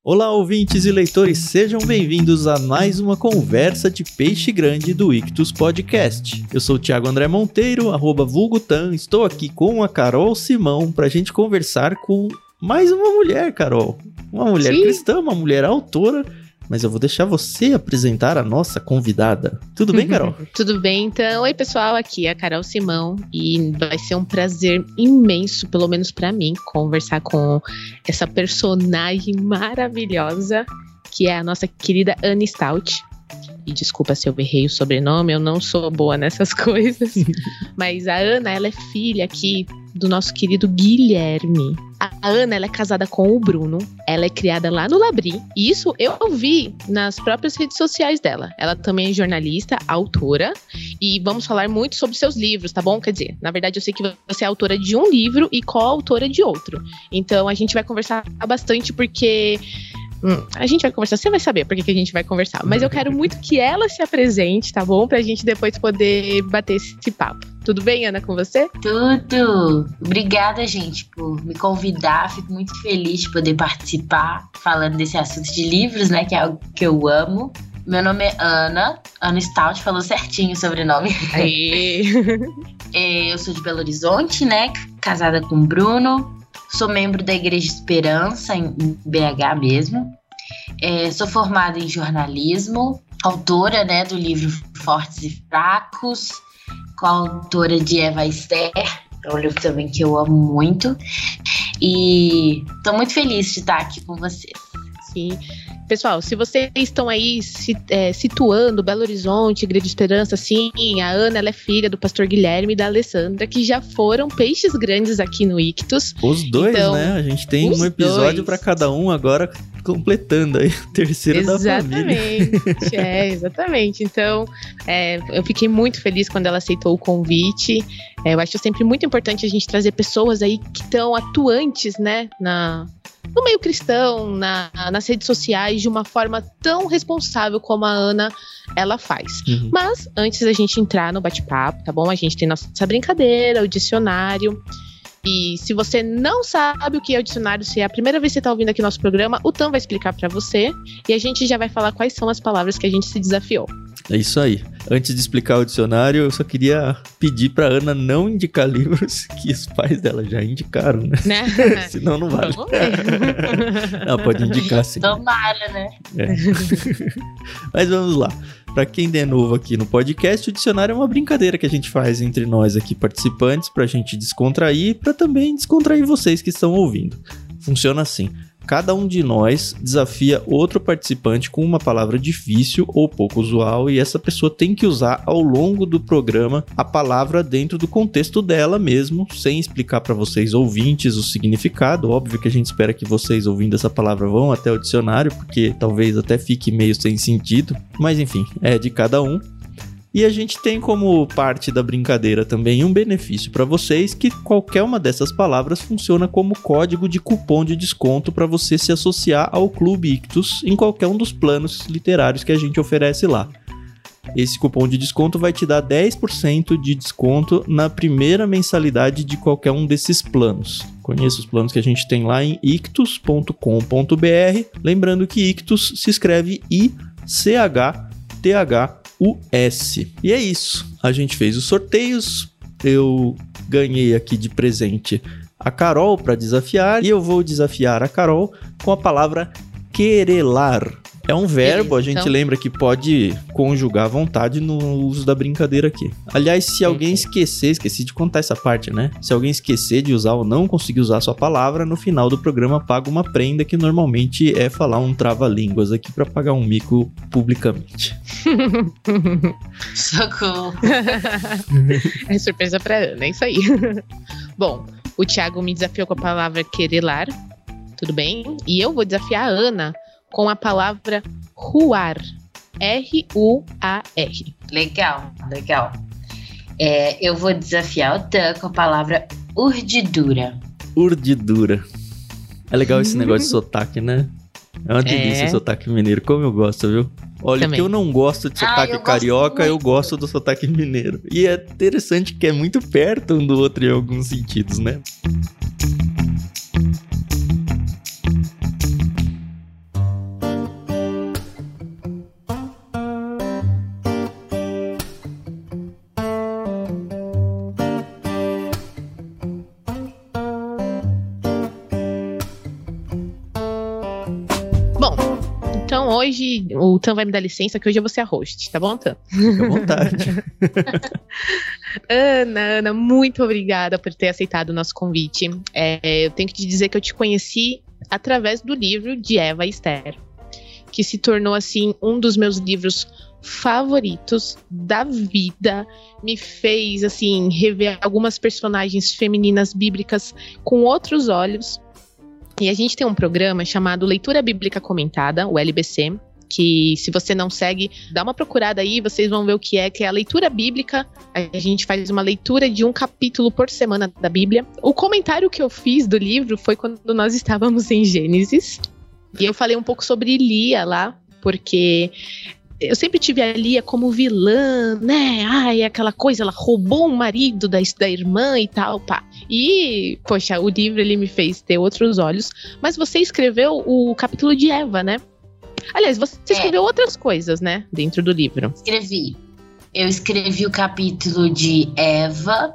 Olá, ouvintes e leitores, sejam bem-vindos a mais uma conversa de peixe grande do Ictus Podcast. Eu sou o Thiago André Monteiro, @vulgutan, estou aqui com a Carol Simão pra gente conversar com mais uma mulher, Carol. Uma mulher cristã, uma mulher autora, mas eu vou deixar você apresentar a nossa convidada. Tudo bem, Carol? Tudo bem, então. Oi, pessoal, aqui é a Carol Simão e vai ser um prazer imenso, pelo menos pra mim, conversar com essa personagem maravilhosa, que é a nossa querida Ana Stout. E desculpa se eu errei o sobrenome, eu não sou boa nessas coisas. Mas a Ana, ela é filha aqui do nosso querido Guilherme. A Ana, ela é casada com o Bruno. Ela é criada lá no Labri. E isso eu vi nas próprias redes sociais dela. Ela também é jornalista, autora. E vamos falar muito sobre seus livros, tá bom? Quer dizer, na verdade eu sei que você é autora de um livro e coautora de outro. Então a gente vai conversar bastante porque... a gente vai conversar, você vai saber por que a gente vai conversar. Mas eu quero muito que ela se apresente, tá bom? Pra gente depois poder bater esse papo. Tudo bem, Ana, com você? Tudo! Obrigada, gente, por me convidar. Fico muito feliz de poder participar falando desse assunto de livros, né? Que é algo que eu amo. Meu nome é Ana Stout, falou certinho o sobrenome. Aê. Eu sou de Belo Horizonte, né? Casada com o Bruno. Sou membro da Igreja Esperança, em BH mesmo. Sou formada em jornalismo, autora, né, do livro Fortes e Fracos, coautora de Eva Esther, é um livro também que eu amo muito. E estou muito feliz de estar aqui com vocês. Sim. Pessoal, se vocês estão aí situando Belo Horizonte, Igreja Esperança, sim, a Ana, ela é filha do pastor Guilherme e da Alessandra, que já foram peixes grandes aqui no Ictus. Os dois, então, né? A gente tem um episódio para cada um agora, completando aí o terceiro da família. Exatamente, exatamente. Então, eu fiquei muito feliz quando ela aceitou o convite. Eu acho sempre muito importante a gente trazer pessoas aí que estão atuantes, né, no meio cristão, nas redes sociais, de uma forma tão responsável como a Ana, ela faz. Uhum. Mas, antes da gente entrar no bate-papo, tá bom? A gente tem nossa brincadeira, o dicionário. E se você não sabe o que é o dicionário, se é a primeira vez que você tá ouvindo aqui nosso programa, o Tam vai explicar pra você. E a gente já vai falar quais são as palavras que a gente se desafiou. É isso aí. Antes de explicar o dicionário, eu só queria pedir pra Ana não indicar livros que os pais dela já indicaram, né? Senão não vale. Não, pode indicar sim. Tomara, né? Mas vamos lá. Pra quem é novo aqui no podcast, o dicionário é uma brincadeira que a gente faz entre nós aqui participantes pra gente descontrair e pra também descontrair vocês que estão ouvindo. Funciona assim. Cada um de nós desafia outro participante com uma palavra difícil ou pouco usual e essa pessoa tem que usar ao longo do programa a palavra dentro do contexto dela mesmo, sem explicar para vocês ouvintes o significado. Óbvio que a gente espera que vocês ouvindo essa palavra vão até o dicionário, porque talvez até fique meio sem sentido, mas enfim, é de cada um. E a gente tem como parte da brincadeira também um benefício para vocês, que qualquer uma dessas palavras funciona como código de cupom de desconto para você se associar ao Clube Ictus em qualquer um dos planos literários que a gente oferece lá. Esse cupom de desconto vai te dar 10% de desconto na primeira mensalidade de qualquer um desses planos. Conheça os planos que a gente tem lá em ictus.com.br. Lembrando que Ictus se escreve ICHTH US. E é isso. A gente fez os sorteios. Eu ganhei aqui de presente a Carol para desafiar. E eu vou desafiar a Carol com a palavra querelar. É um verbo, a gente lembra que pode conjugar à vontade no uso da brincadeira aqui. Aliás, se alguém esqueci de contar essa parte, né? Se alguém esquecer de usar ou não conseguir usar a sua palavra, no final do programa paga uma prenda, que normalmente é falar um trava-línguas aqui para pagar um mico publicamente. Socorro! É surpresa pra Ana, é isso aí. Bom, o Thiago me desafiou com a palavra querelar, tudo bem? E eu vou desafiar a Ana com a palavra ruar. R-U-A-R. Legal. Eu vou desafiar o Tan com a palavra urdidura. Urdidura. É legal esse negócio de sotaque, né? É uma delícia o sotaque mineiro. Como eu gosto, viu? Olha, também. Que eu não gosto de sotaque carioca, eu gosto do sotaque mineiro. E é interessante que é muito perto um do outro em alguns sentidos, né? Bom, então hoje o Tan vai me dar licença, que hoje eu vou ser a host, tá bom, Tan? Fica à vontade. Ana, muito obrigada por ter aceitado o nosso convite. Eu tenho que te dizer que eu te conheci através do livro de Eva e Esther, que se tornou, assim, um dos meus livros favoritos da vida. Me fez, assim, rever algumas personagens femininas bíblicas com outros olhos. E a gente tem um programa chamado Leitura Bíblica Comentada, o LBC, que se você não segue, dá uma procurada aí, vocês vão ver o que é a leitura bíblica. A gente faz uma leitura de um capítulo por semana da Bíblia. O comentário que eu fiz do livro foi quando nós estávamos em Gênesis, e eu falei um pouco sobre Lia lá, porque eu sempre tive a Lia como vilã, né? Ai, aquela coisa, ela roubou o marido da irmã e tal, pá. E, poxa, o livro ele me fez ter outros olhos. Mas você escreveu o capítulo de Eva, né? Aliás, você escreveu outras coisas, né? Dentro do livro. Eu escrevi o capítulo de Eva,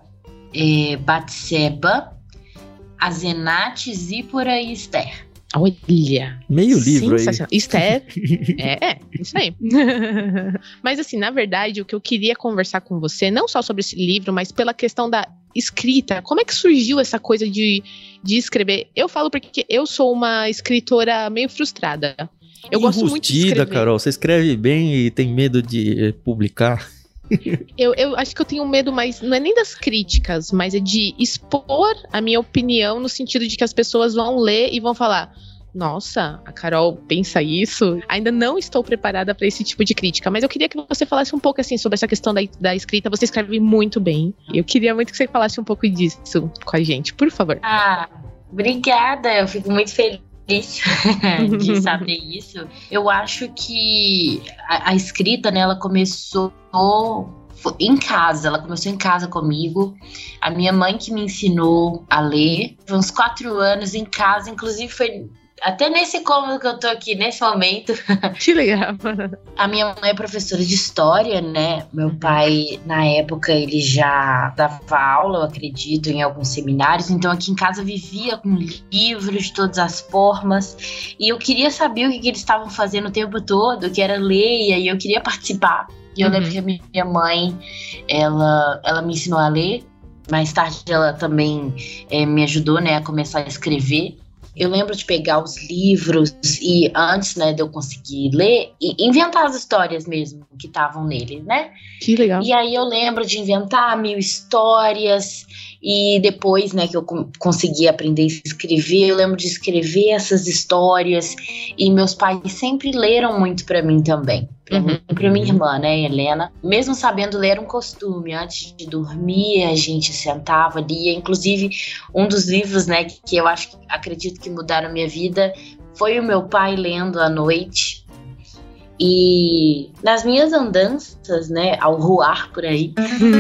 Batseba, Azenate, Zípora e Esther. Olha, meio livro aí. Esther, isso aí. Mas assim, na verdade, o que eu queria conversar com você, não só sobre esse livro, mas pela questão da escrita. Como é que surgiu essa coisa de escrever? Eu falo porque eu sou uma escritora meio frustrada. Eu gosto muito de escrever. Carol, você escreve bem e tem medo de publicar? Eu acho que eu tenho medo, mas não é nem das críticas, mas é de expor a minha opinião no sentido de que as pessoas vão ler e vão falar: nossa, a Carol pensa isso? Ainda não estou preparada para esse tipo de crítica, mas eu queria que você falasse um pouco assim sobre essa questão da escrita. Você escreve muito bem. Eu queria muito que você falasse um pouco disso com a gente, por favor. Obrigada, eu fico muito feliz de saber isso. Eu acho que a escrita, né, ela começou em casa, comigo. A minha mãe que me ensinou a ler, foi uns 4 anos em casa, inclusive foi até nesse cômodo que eu tô aqui nesse momento. Que legal. A minha mãe é professora de história, né? Meu pai, na época, ele já dava aula, eu acredito, em alguns seminários. Então, aqui em casa, vivia com livros de todas as formas. E eu queria saber o que eles estavam fazendo o tempo todo, que era ler, e aí eu queria participar. E eu lembro que a minha mãe, ela me ensinou a ler. Mais tarde, ela também me ajudou, né, a começar a escrever. Eu lembro de pegar os livros e antes, né, de eu conseguir ler, e inventar as histórias mesmo que estavam nele, né? Que legal. E aí eu lembro de inventar 1000 histórias e depois, né, que eu consegui aprender a escrever, eu lembro de escrever essas histórias e meus pais sempre leram muito pra mim também. Pra minha irmã, né, Helena. Mesmo sabendo ler era um costume. Antes de dormir, a gente sentava, lia. Inclusive, um dos livros, né, que eu acredito que mudaram a minha vida foi o meu pai lendo à noite. E nas minhas andanças, né, ao ruar por aí,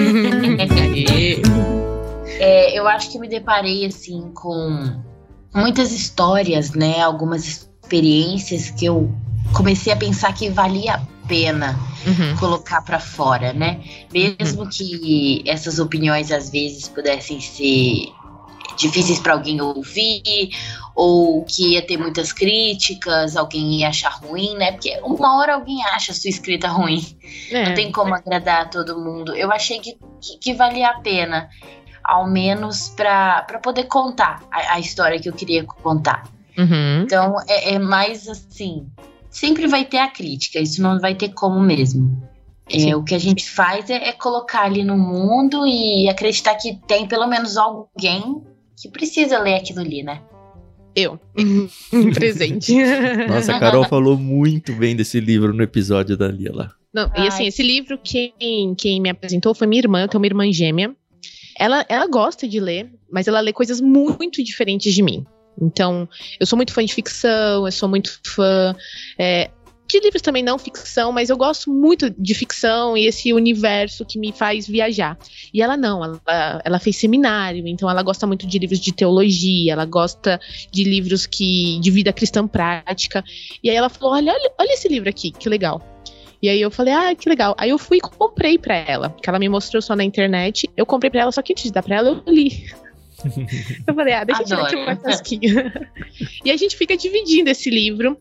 eu acho que me deparei, assim, com muitas histórias, né, algumas experiências que eu comecei a pensar que valia a pena colocar pra fora, né? Mesmo que essas opiniões às vezes pudessem ser difíceis para alguém ouvir, ou que ia ter muitas críticas, alguém ia achar ruim, né? Porque uma hora alguém acha a sua escrita ruim. Não tem como agradar a todo mundo. Eu achei que valia a pena, ao menos para poder contar a história que eu queria contar. Então, é mais assim... Sempre vai ter a crítica, isso não vai ter como mesmo. O que a gente faz é colocar ali no mundo e acreditar que tem pelo menos alguém que precisa ler aquilo ali, né? Eu, presente. Nossa, a Carol falou muito bem desse livro no episódio da Lia lá. Não, e assim, esse livro, quem me apresentou foi minha irmã, eu tenho uma irmã gêmea. Ela gosta de ler, mas ela lê coisas muito diferentes de mim. Então, eu sou muito fã de ficção, eu sou muito fã de livros também, não ficção, mas eu gosto muito de ficção e esse universo que me faz viajar. E ela não, ela fez seminário, então ela gosta muito de livros de teologia, ela gosta de livros de vida cristã prática. E aí ela falou, olha esse livro aqui, que legal. E aí eu falei, que legal. Aí eu fui e comprei pra ela, porque ela me mostrou só na internet. Eu comprei pra ela, só que antes de dar pra ela, eu li. Eu falei, deixa eu tirar aqui uma casquinha. E a gente fica dividindo esse livro.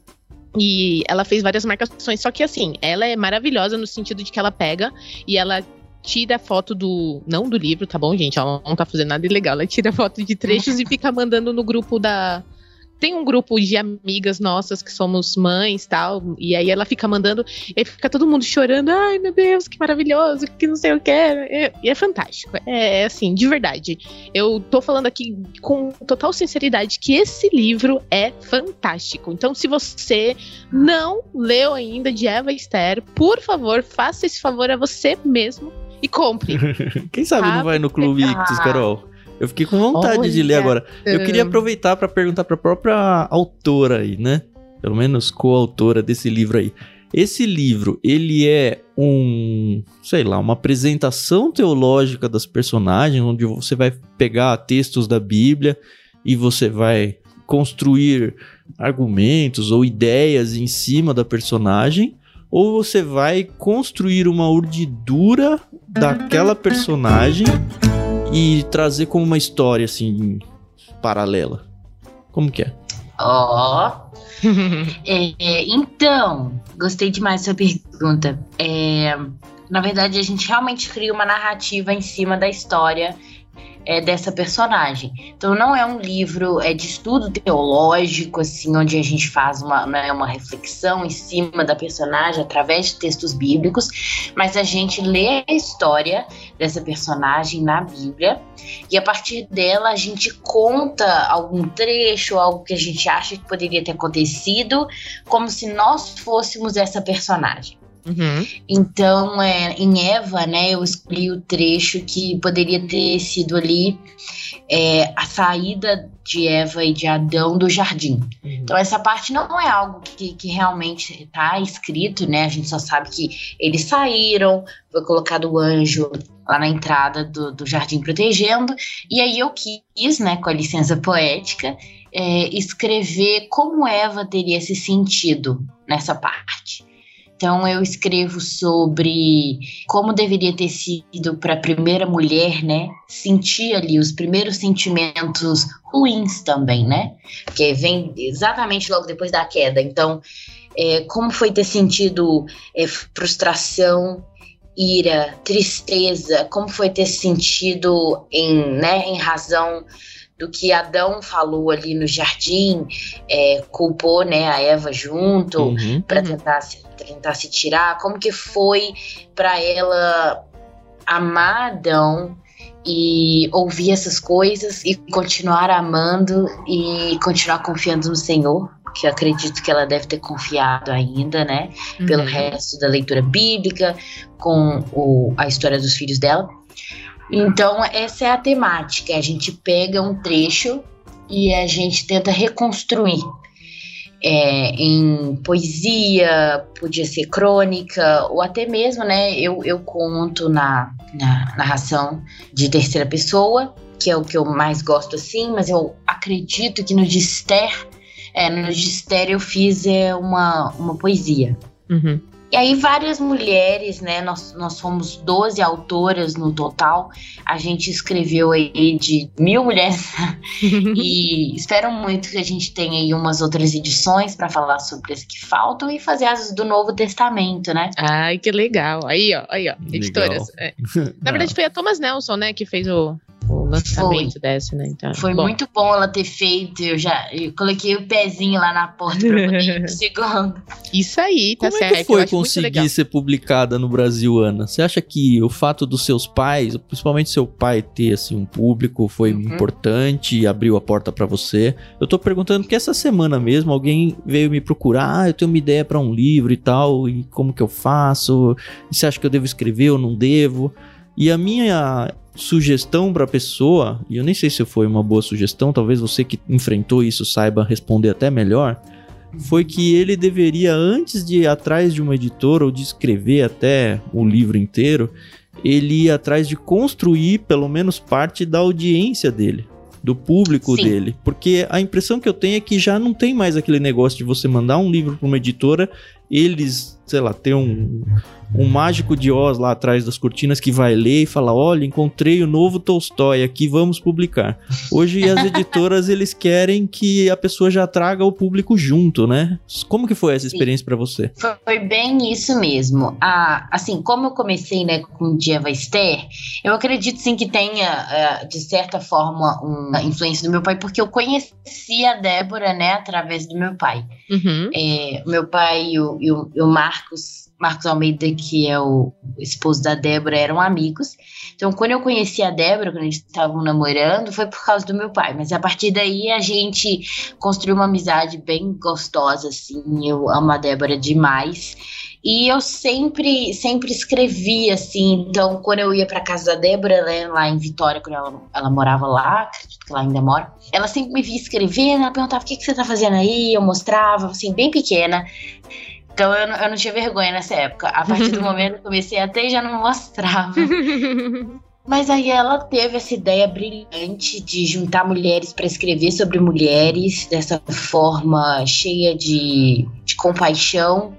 E ela fez várias marcações, só que assim, ela é maravilhosa no sentido de que ela pega e ela tira foto não do livro, tá bom, gente? Ela não tá fazendo nada ilegal, ela tira foto de trechos e fica mandando no grupo Tem um grupo de amigas nossas que somos mães e tal, e aí ela fica mandando, e aí fica todo mundo chorando, ai meu Deus, que maravilhoso, que não sei o que, e é fantástico, é assim, de verdade. Eu tô falando aqui com total sinceridade que esse livro é fantástico, então se você não leu ainda de Eva Esther, por favor, faça esse favor a você mesmo e compre. Quem sabe não vai no Clube Ictus, Carol? Eu fiquei com vontade de ler agora. Eu queria aproveitar para perguntar para a própria autora aí, né? Pelo menos coautora desse livro aí. Esse livro, ele é uma apresentação teológica das personagens, onde você vai pegar textos da Bíblia e você vai construir argumentos ou ideias em cima da personagem, ou você vai construir uma urdidura daquela personagem e trazer como uma história, assim, paralela. Como que é? Então, gostei demais da sua pergunta. Na verdade, a gente realmente cria uma narrativa em cima da história dessa personagem. Então, não é um livro de estudo teológico, assim, onde a gente faz uma reflexão em cima da personagem através de textos bíblicos, mas a gente lê a história dessa personagem na Bíblia e a partir dela a gente conta algum trecho, algo que a gente acha que poderia ter acontecido, como se nós fôssemos essa personagem. Uhum. Então, em Eva, né, eu escolhi o trecho que poderia ter sido ali a saída de Eva e de Adão do jardim. Uhum. Então, essa parte não é algo que realmente está escrito, né? A gente só sabe que eles saíram, foi colocado o anjo lá na entrada do jardim protegendo, e aí eu quis, né, com a licença poética, escrever como Eva teria se sentido nessa parte. Então, eu escrevo sobre como deveria ter sido para a primeira mulher, né? Sentir ali os primeiros sentimentos ruins também, né? Porque vem exatamente logo depois da queda. Então, como foi ter sentido frustração, ira, tristeza? Como foi ter sentido em razão do que Adão falou ali no jardim, culpou, né, a Eva junto, para tentar se tirar, como que foi para ela amar Adão e ouvir essas coisas e continuar amando e continuar confiando no Senhor, que eu acredito que ela deve ter confiado ainda, né, pelo resto da leitura bíblica, com a história dos filhos dela. Então, essa é a temática. A gente pega um trecho e a gente tenta reconstruir em poesia, podia ser crônica, ou até mesmo, né, eu conto na narração de terceira pessoa, que é o que eu mais gosto, assim, mas eu acredito que no Gister eu fiz uma poesia. Uhum. E aí várias mulheres, né, nós somos 12 autoras no total, a gente escreveu aí de 1000 mulheres e espero muito que a gente tenha aí umas outras edições para falar sobre as que faltam e fazer as do Novo Testamento, né? Ai, que legal. Aí, ó, editoras. Na verdade foi a Thomas Nelson, né, que fez o lançamento dessa, né? Então, foi muito bom ela ter feito. Eu coloquei o pezinho lá na porta pra poder ir pro segundo. Isso aí, tá certo. Como é que foi conseguir ser publicada no Brasil, Ana? Você acha que o fato dos seus pais, principalmente seu pai, ter assim um público foi importante e abriu a porta pra você? Eu tô perguntando porque essa semana mesmo alguém veio me procurar, eu tenho uma ideia pra um livro e tal, e como que eu faço? E você acha que eu devo escrever ou não devo? E a minha sugestão para a pessoa, e eu nem sei se foi uma boa sugestão, talvez você que enfrentou isso saiba responder até melhor, foi que ele deveria, antes de ir atrás de uma editora ou de escrever até o livro inteiro, ele ir atrás de construir pelo menos parte da audiência dele, do público dele, porque a impressão que eu tenho é que já não tem mais aquele negócio de você mandar um livro para uma editora eles, sei lá, ter um mágico de Oz lá atrás das cortinas que vai ler e fala, olha, encontrei o novo Tolstói aqui, vamos publicar. Hoje as editoras, eles querem que a pessoa já traga o público junto, né? Como que foi essa experiência para você? Foi bem isso mesmo. Assim, como eu comecei, né, com Eva Esther, eu acredito sim que tenha, de certa forma, uma influência do meu pai, porque eu conheci a Débora, né, através do meu pai. Uhum. Meu pai e o Marcos Almeida, que é o esposo da Débora, eram amigos. Então, quando eu conheci a Débora, quando eles estavam namorando, foi por causa do meu pai. Mas a partir daí, a gente construiu uma amizade bem gostosa, assim. Eu amo a Débora demais. E eu sempre escrevi, assim. Então, quando eu ia pra casa da Débora, né, lá em Vitória, quando ela morava lá, acredito que ela ainda mora, ela sempre me via escrevendo, ela perguntava, o que você tá fazendo aí? Eu mostrava, assim, bem pequena. Então eu não tinha vergonha nessa época. A partir do momento que eu comecei até já não mostrava. Mas aí ela teve essa ideia brilhante de juntar mulheres para escrever sobre mulheres, dessa forma cheia de compaixão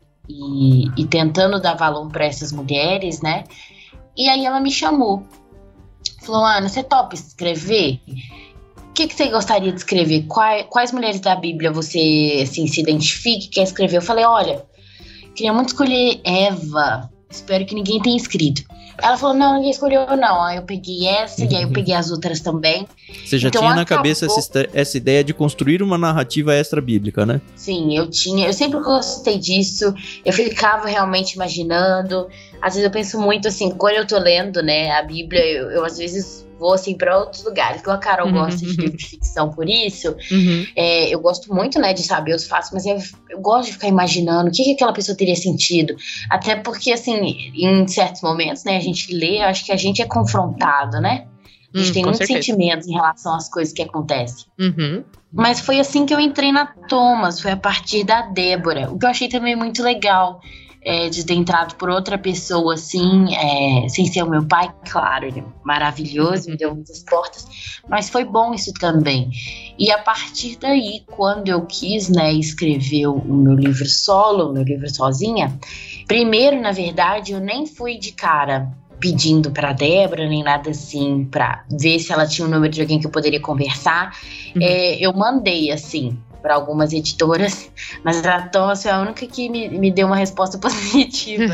e tentando dar valor para essas mulheres, né? E aí ela me chamou. Falou, Ana, você topa escrever? O que você gostaria de escrever? Quais mulheres da Bíblia você assim, se identifica e quer escrever? Eu falei, olha, queria muito escolher Eva. Espero que ninguém tenha escrito. Ela falou, não, ninguém escolheu não. Aí eu peguei essa e aí eu peguei as outras também. Você já tinha na cabeça essa ideia de construir uma narrativa extra-bíblica, né? Sim, eu tinha. Eu sempre gostei disso. Eu ficava realmente imaginando. Às vezes eu penso muito assim, quando eu tô lendo, né, a Bíblia, eu às vezes vou assim pra outros lugares. Igual a Carol gosta de livro de ficção por isso. Eu gosto muito, né, de saber os fatos, mas eu gosto de ficar imaginando o que aquela pessoa teria sentido. Até porque, assim, em certos momentos, né, a gente lê, eu acho que a gente é confrontado, né? A gente tem muitos sentimentos em relação às coisas que acontecem. Mas foi assim que eu entrei na Thomas, foi a partir da Débora. O que eu achei também muito legal, de ter entrado por outra pessoa, assim, sem ser o meu pai, claro, ele é maravilhoso, me deu muitas portas, mas foi bom isso também. E a partir daí, quando eu quis, né, escrever o meu livro solo, o meu livro sozinha, primeiro, na verdade, eu nem fui de cara pedindo pra Débora, nem nada assim, pra ver se ela tinha um número de alguém que eu poderia conversar. Eu mandei, assim, para algumas editoras, mas a Thomas foi a única que me deu uma resposta positiva.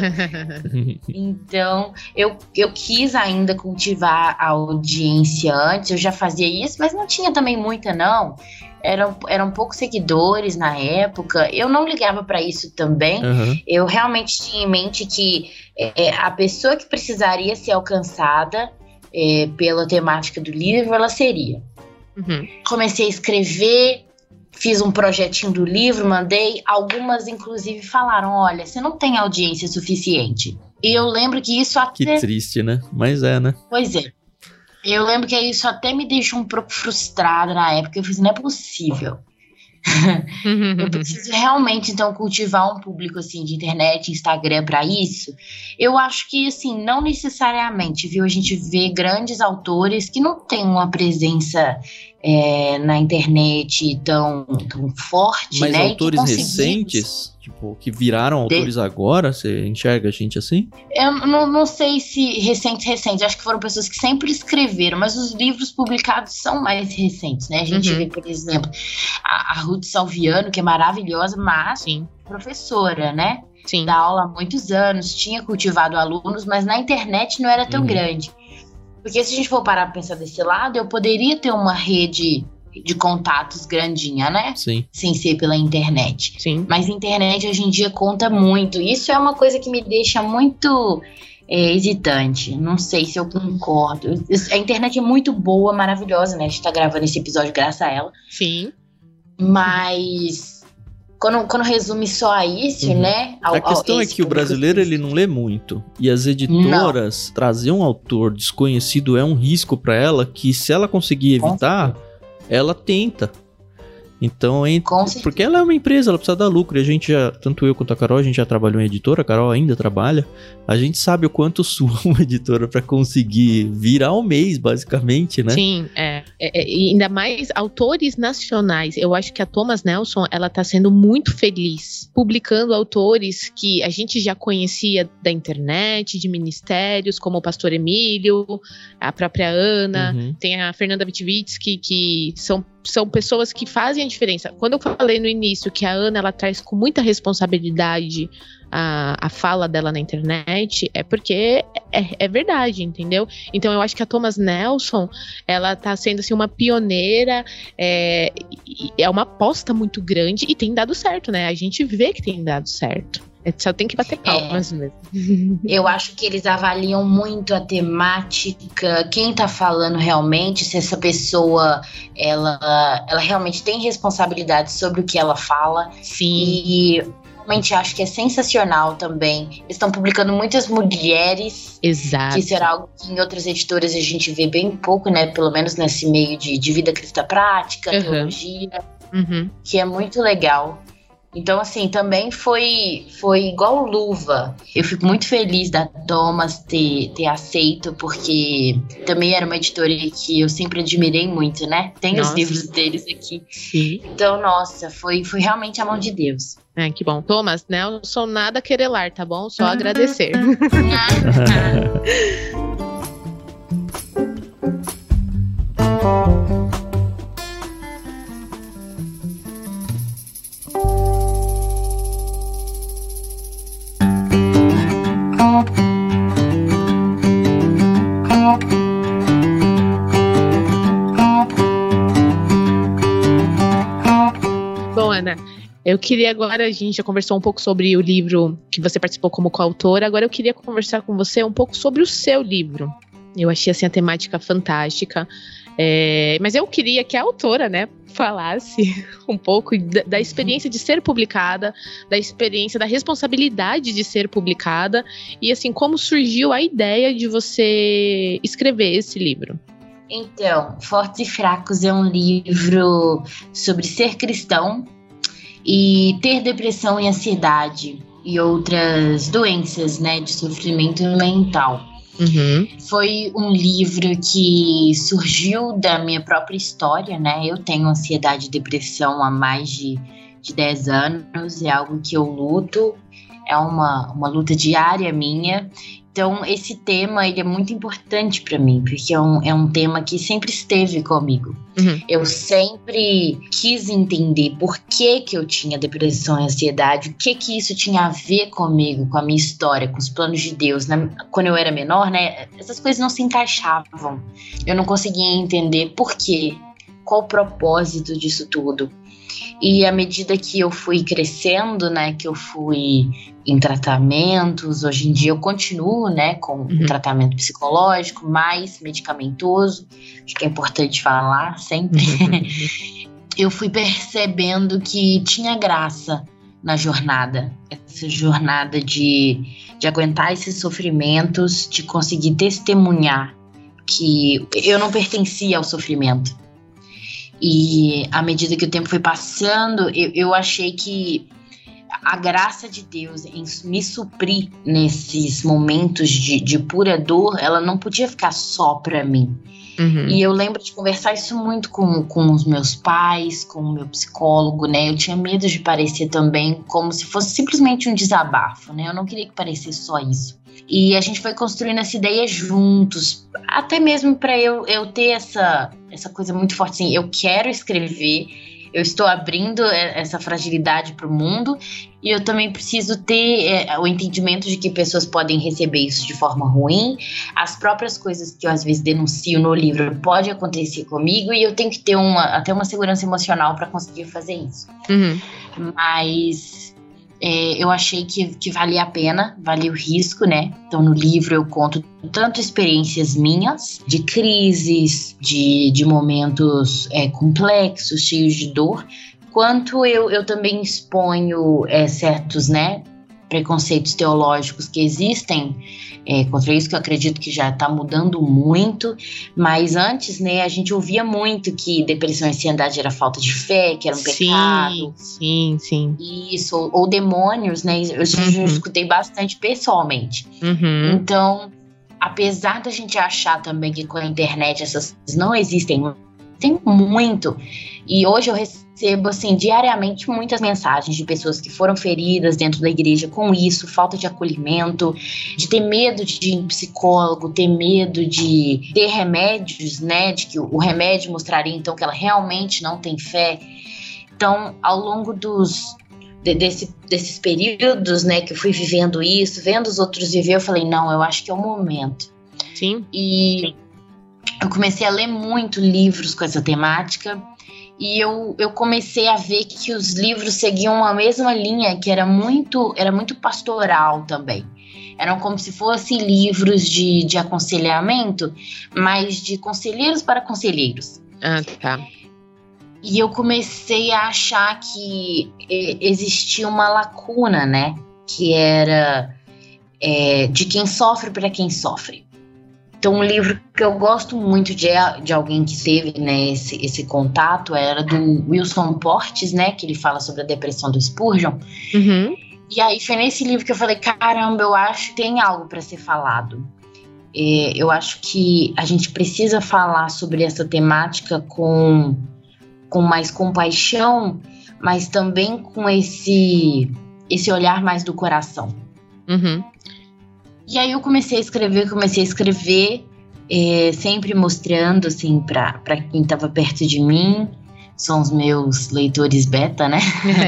Então, eu quis ainda cultivar a audiência antes, eu já fazia isso, mas não tinha também muita, não. Eram poucos seguidores na época, eu não ligava para isso também. Eu realmente tinha em mente que a pessoa que precisaria ser alcançada pela temática do livro, ela seria. Comecei a escrever, fiz um projetinho do livro, mandei. Algumas, inclusive, falaram, olha, você não tem audiência suficiente. E eu lembro que isso até... Que triste, né? Mas né? Pois é. Eu lembro que isso até me deixou um pouco frustrada na época. Eu fiz, não é possível. Eu preciso realmente, então, cultivar um público, assim, de internet, Instagram pra isso. Eu acho que, assim, não necessariamente, viu? A gente vê grandes autores que não têm uma presença na internet tão forte, mas né? Mas autores recentes, tipo, que viraram autores agora, você enxerga a gente assim? Eu não sei se recentes, acho que foram pessoas que sempre escreveram, mas os livros publicados são mais recentes, né? A gente vê, por exemplo, a Ruth Salviano, que é maravilhosa, mas professora, né? Sim. Dá aula há muitos anos, tinha cultivado alunos, mas na internet não era tão grande. Porque se a gente for parar pra pensar desse lado, eu poderia ter uma rede de contatos grandinha, né? Sim. Sem ser pela internet. Sim. Mas a internet hoje em dia conta muito. Isso é uma coisa que me deixa muito hesitante. Não sei se eu concordo. A internet é muito boa, maravilhosa, né? A gente tá gravando esse episódio graças a ela. Sim. Mas... Quando resume só a isso, né? A questão é que o brasileiro, ele não lê muito. E as editoras, trazer um autor desconhecido é um risco para ela, que se ela conseguir evitar, ela tenta. Então, porque ela é uma empresa, ela precisa dar lucro. E a gente já, tanto eu quanto a Carol, a gente já trabalhou em editora, a Carol ainda trabalha. A gente sabe o quanto sua uma editora para conseguir virar o mês, basicamente, né? Sim, e ainda mais autores nacionais. Eu acho que a Thomas Nelson, ela tá sendo muito feliz, publicando autores que a gente já conhecia da internet, de ministérios, como o Pastor Emílio, a própria Ana, tem a Fernanda Wittwitz, que são pessoas que fazem a diferença. Quando eu falei no início que a Ana, ela traz com muita responsabilidade a fala dela na internet, é porque é verdade, entendeu? Então eu acho que a Thomas Nelson, ela tá sendo assim uma pioneira, é uma aposta muito grande e tem dado certo, né? A gente vê que tem dado certo. Só tem que bater palmas mesmo. Eu acho que eles avaliam muito a temática, quem tá falando realmente, se essa pessoa ela realmente tem responsabilidade sobre o que ela fala. Sim. E realmente acho que é sensacional também. Eles estão publicando muitas mulheres. Exato. Que será algo que em outras editoras a gente vê bem pouco, né? Pelo menos nesse meio de vida cristã prática, teologia, que é muito legal. Então, assim, também foi igual luva. Eu fico muito feliz da Thomas ter aceito, porque também era uma editora que eu sempre admirei muito, né? Tem os livros deles aqui. Sim. Então, nossa, foi realmente a mão de Deus. Que bom. Thomas, não sou nada a querelar, tá bom? Só agradecer. Bom, Ana, eu queria agora, a gente já conversou um pouco sobre o livro que você participou como coautora, agora eu queria conversar com você um pouco sobre o seu livro. Eu achei assim a temática fantástica, mas eu queria que a autora, né, falasse um pouco da experiência de ser publicada, da experiência, da responsabilidade de ser publicada e assim, como surgiu a ideia de você escrever esse livro. Então, Fortes e Fracos é um livro sobre ser cristão e ter depressão e ansiedade e outras doenças, né, de sofrimento mental. Foi um livro que surgiu da minha própria história, né? Eu tenho ansiedade e depressão há mais de 10 anos, é algo que eu luto, é uma luta diária minha. Então, esse tema ele é muito importante para mim, porque é um tema que sempre esteve comigo. Eu sempre quis entender por que eu tinha depressão e ansiedade, o que isso tinha a ver comigo, com a minha história, com os planos de Deus. Quando eu era menor, né, essas coisas não se encaixavam. Eu não conseguia entender por quê, qual o propósito disso tudo. E à medida que eu fui crescendo, né, que eu fui em tratamentos, hoje em dia eu continuo, né, com um tratamento psicológico, mais medicamentoso, acho que é importante falar sempre. Eu fui percebendo que tinha graça na jornada, essa jornada de aguentar esses sofrimentos, de conseguir testemunhar que eu não pertencia ao sofrimento. E à medida que o tempo foi passando, eu achei que a graça de Deus em me suprir nesses momentos de pura dor, ela não podia ficar só pra mim. E eu lembro de conversar isso muito com os meus pais, com o meu psicólogo, né? Eu tinha medo de parecer também como se fosse simplesmente um desabafo, né? Eu não queria que parecesse só isso. E a gente foi construindo essa ideia juntos, até mesmo para eu ter essa coisa muito forte, assim, eu quero escrever, eu estou abrindo essa fragilidade para o mundo e eu também preciso ter o entendimento de que pessoas podem receber isso de forma ruim, as próprias coisas que eu às vezes denuncio no livro pode acontecer comigo e eu tenho que ter até uma segurança emocional para conseguir fazer isso. Mas eu achei que valia a pena, valia o risco, né? Então no livro eu conto tanto experiências minhas, de crises, de momentos complexos, cheios de dor, quanto eu também exponho certos, né, preconceitos teológicos que existem contra isso, que eu acredito que já está mudando muito, mas antes, né, a gente ouvia muito que depressão e ansiedade era falta de fé, que era um pecado. Sim. Isso, ou demônios, né, eu já escutei bastante pessoalmente. Então, apesar da gente achar também que com a internet essas coisas não existem, tem muito. E hoje eu recebo, assim, diariamente muitas mensagens de pessoas que foram feridas dentro da igreja com isso, falta de acolhimento, de ter medo de ir em psicólogo, ter medo de ter remédios, né, de que o remédio mostraria então que ela realmente não tem fé. Então, ao longo desses períodos, né, que eu fui vivendo isso, vendo os outros viver, eu falei, não, eu acho que é o momento. Sim. E eu comecei a ler muito livros com essa temática e eu comecei a ver que os livros seguiam a mesma linha, que era muito pastoral também. Eram como se fossem livros de aconselhamento, mas de conselheiros para conselheiros. Ah, tá. E eu comecei a achar que existia uma lacuna, né? Que era de quem sofre para quem sofre. Então, um livro que eu gosto muito de alguém que teve, né, esse contato era do Wilson Portes, né, que ele fala sobre a depressão do Spurgeon. E aí foi nesse livro que eu falei, caramba, eu acho que tem algo para ser falado. Eu acho que a gente precisa falar sobre essa temática com mais compaixão, mas também com esse olhar mais do coração. E aí eu comecei a escrever, sempre mostrando, assim, para quem estava perto de mim. São os meus leitores beta, né?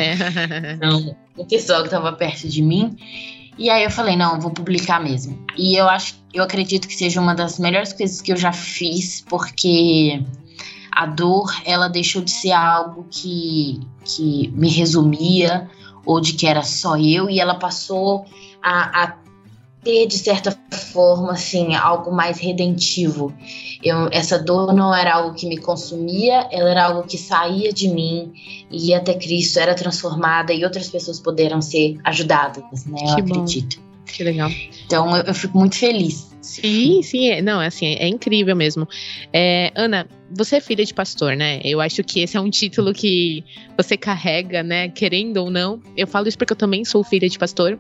Então, o pessoal que estava perto de mim. E aí eu falei, não, vou publicar mesmo. E eu acredito que seja uma das melhores coisas que eu já fiz, porque a dor, ela deixou de ser algo que me resumia, ou de que era só eu, e ela passou a ter, de certa forma, assim, algo mais redentivo. Essa dor não era algo que me consumia, ela era algo que saía de mim, ia até Cristo, era transformada, e outras pessoas poderam ser ajudadas, né? Eu acredito. Que legal. Então, eu fico muito feliz. Sim. Não, assim, é incrível mesmo. Ana, você é filha de pastor, né? Eu acho que esse é um título que você carrega, né? Querendo ou não. Eu falo isso porque eu também sou filha de pastor.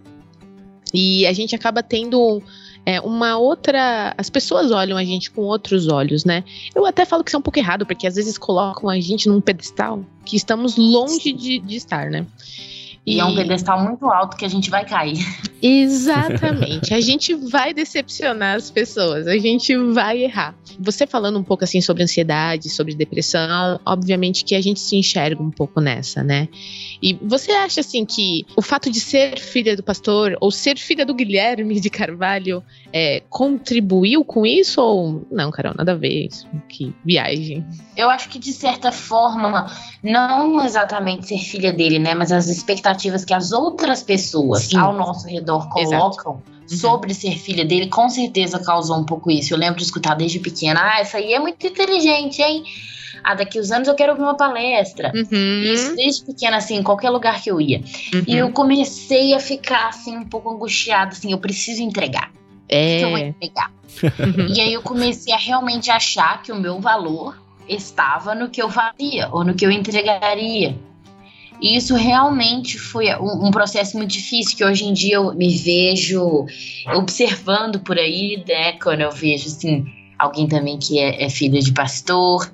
E a gente acaba tendo uma outra... As pessoas olham a gente com outros olhos, né? Eu até falo que isso é um pouco errado, porque às vezes colocam a gente num pedestal que estamos longe de estar, né? E é um pedestal muito alto que a gente vai cair. Exatamente. A gente vai decepcionar as pessoas, a gente vai errar. Você falando um pouco assim sobre ansiedade, sobre depressão, obviamente que a gente se enxerga um pouco nessa, né? E você acha assim que o fato de ser filha do pastor ou ser filha do Guilherme de Carvalho contribuiu com isso ou não, Carol, nada a ver isso? Que viagem. Eu acho que de certa forma, não exatamente ser filha dele, né? Mas as expectativas que as outras pessoas ao nosso redor colocam sobre ser filha dele, com certeza causou um pouco isso. Eu lembro de escutar desde pequena, essa aí é muito inteligente, hein? Daqui uns anos eu quero ouvir uma palestra. Isso desde pequena, assim, em qualquer lugar que eu ia. E eu comecei a ficar, assim, um pouco angustiada, assim, eu preciso entregar. O que eu vou entregar? E aí eu comecei a realmente achar que o meu valor estava no que eu fazia, ou no que eu entregaria. E isso realmente foi um processo muito difícil, que hoje em dia eu me vejo observando por aí, né, quando eu vejo, assim, alguém também que é filha de pastor,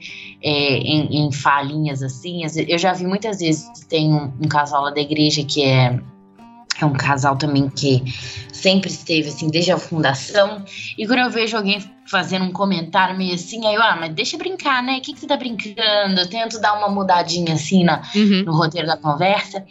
em falinhas, assim. Eu já vi muitas vezes, tem um casal lá da igreja que é um casal também que sempre esteve, assim, desde a fundação, e quando eu vejo alguém fazendo um comentário meio assim, aí eu, mas deixa brincar, né? O que você tá brincando? Eu tento dar uma mudadinha, assim, no roteiro da conversa.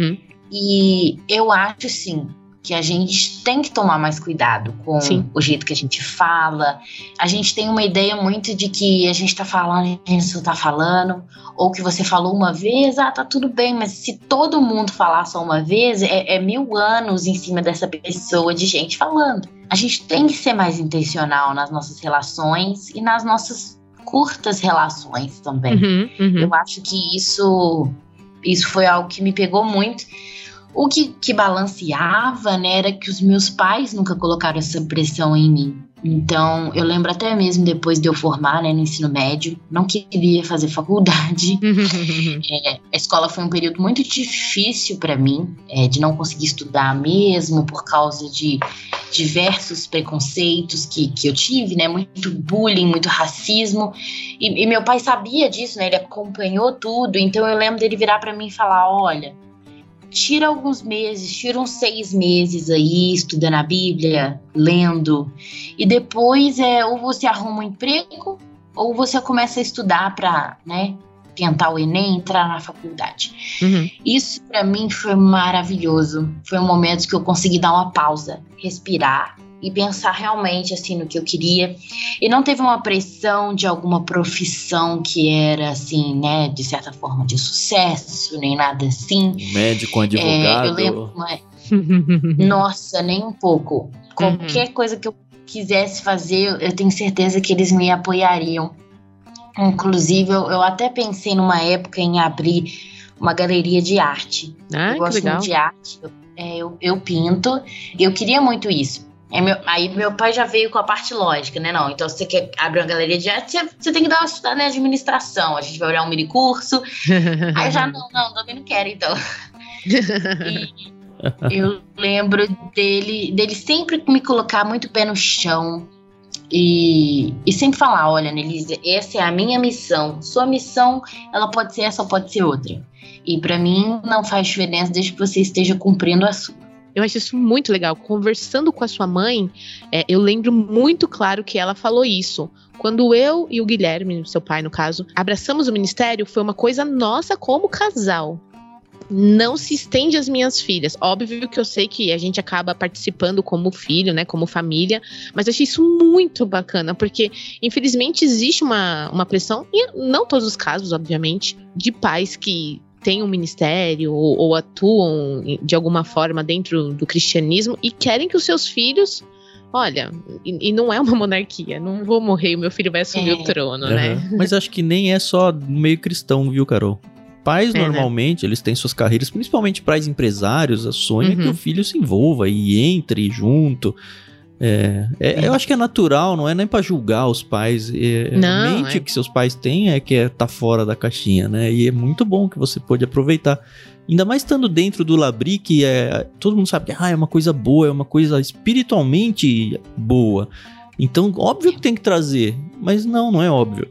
E eu acho, sim, que a gente tem que tomar mais cuidado com o jeito que a gente fala. A gente tem uma ideia muito de que a gente tá falando, a gente só tá falando, ou que você falou uma vez, tá tudo bem, mas se todo mundo falar só uma vez, é 1000 anos em cima dessa pessoa de gente falando. A gente tem que ser mais intencional nas nossas relações e nas nossas curtas relações também. Eu acho que isso foi algo que me pegou muito. O que balanceava, né, era que os meus pais nunca colocaram essa pressão em mim. Então, eu lembro até mesmo depois de eu formar, né, no ensino médio, não queria fazer faculdade. A escola foi um período muito difícil para mim, de não conseguir estudar mesmo, por causa de diversos preconceitos que eu tive, né, muito bullying, muito racismo. E meu pai sabia disso, né, ele acompanhou tudo. Então, eu lembro dele virar para mim e falar, olha, tira alguns meses, tira uns 6 meses aí, estudando a Bíblia, lendo, e depois ou você arruma um emprego, ou você começa a estudar para, né, tentar o Enem, entrar na faculdade. Isso para mim foi maravilhoso, foi um momento que eu consegui dar uma pausa, respirar, e pensar realmente assim no que eu queria. E não teve uma pressão de alguma profissão que era assim, né, de certa forma de sucesso, nem nada assim. Médico, advogado. Eu lembro, nossa, nem um pouco. Qualquer coisa que eu quisesse fazer, eu tenho certeza que eles me apoiariam. Inclusive, eu até pensei numa época em abrir uma galeria de arte. Eu gosto muito de arte, eu pinto, eu queria muito isso. Aí meu pai já veio com a parte lógica, né? Não, então se você quer abrir uma galeria de arte, você tem que dar uma estudada em administração. A gente vai olhar um mini curso. Aí eu já, não, também não quero, então. E eu lembro dele sempre me colocar muito pé no chão. E sempre falar, olha, Nelise, essa é a minha missão. Sua missão, ela pode ser essa ou pode ser outra. E pra mim não faz diferença desde que você esteja cumprindo a sua. Eu acho isso muito legal. Conversando com a sua mãe, eu lembro muito claro que ela falou isso. Quando eu e o Guilherme, seu pai no caso, abraçamos o ministério, foi uma coisa nossa como casal. Não se estende às minhas filhas. Óbvio que eu sei que a gente acaba participando como filho, né, como família, mas eu achei isso muito bacana, porque infelizmente existe uma pressão, e não todos os casos, obviamente, de pais que têm um ministério ou atuam de alguma forma dentro do cristianismo e querem que os seus filhos, olha, e não é uma monarquia, não vou morrer e o meu filho vai assumir o trono, né? Mas acho que nem é só no meio cristão, viu, Carol? Pais, normalmente, eles têm suas carreiras, principalmente pais empresários, a sonha que o filho se envolva e entre junto. Eu acho que é natural, não é nem pra julgar os pais. A mente que seus pais têm tá fora da caixinha, né? E é muito bom que você pode aproveitar. Ainda mais estando dentro do Labri, que todo mundo sabe que é uma coisa boa, é uma coisa espiritualmente boa. Então, óbvio que tem que trazer, mas não é óbvio.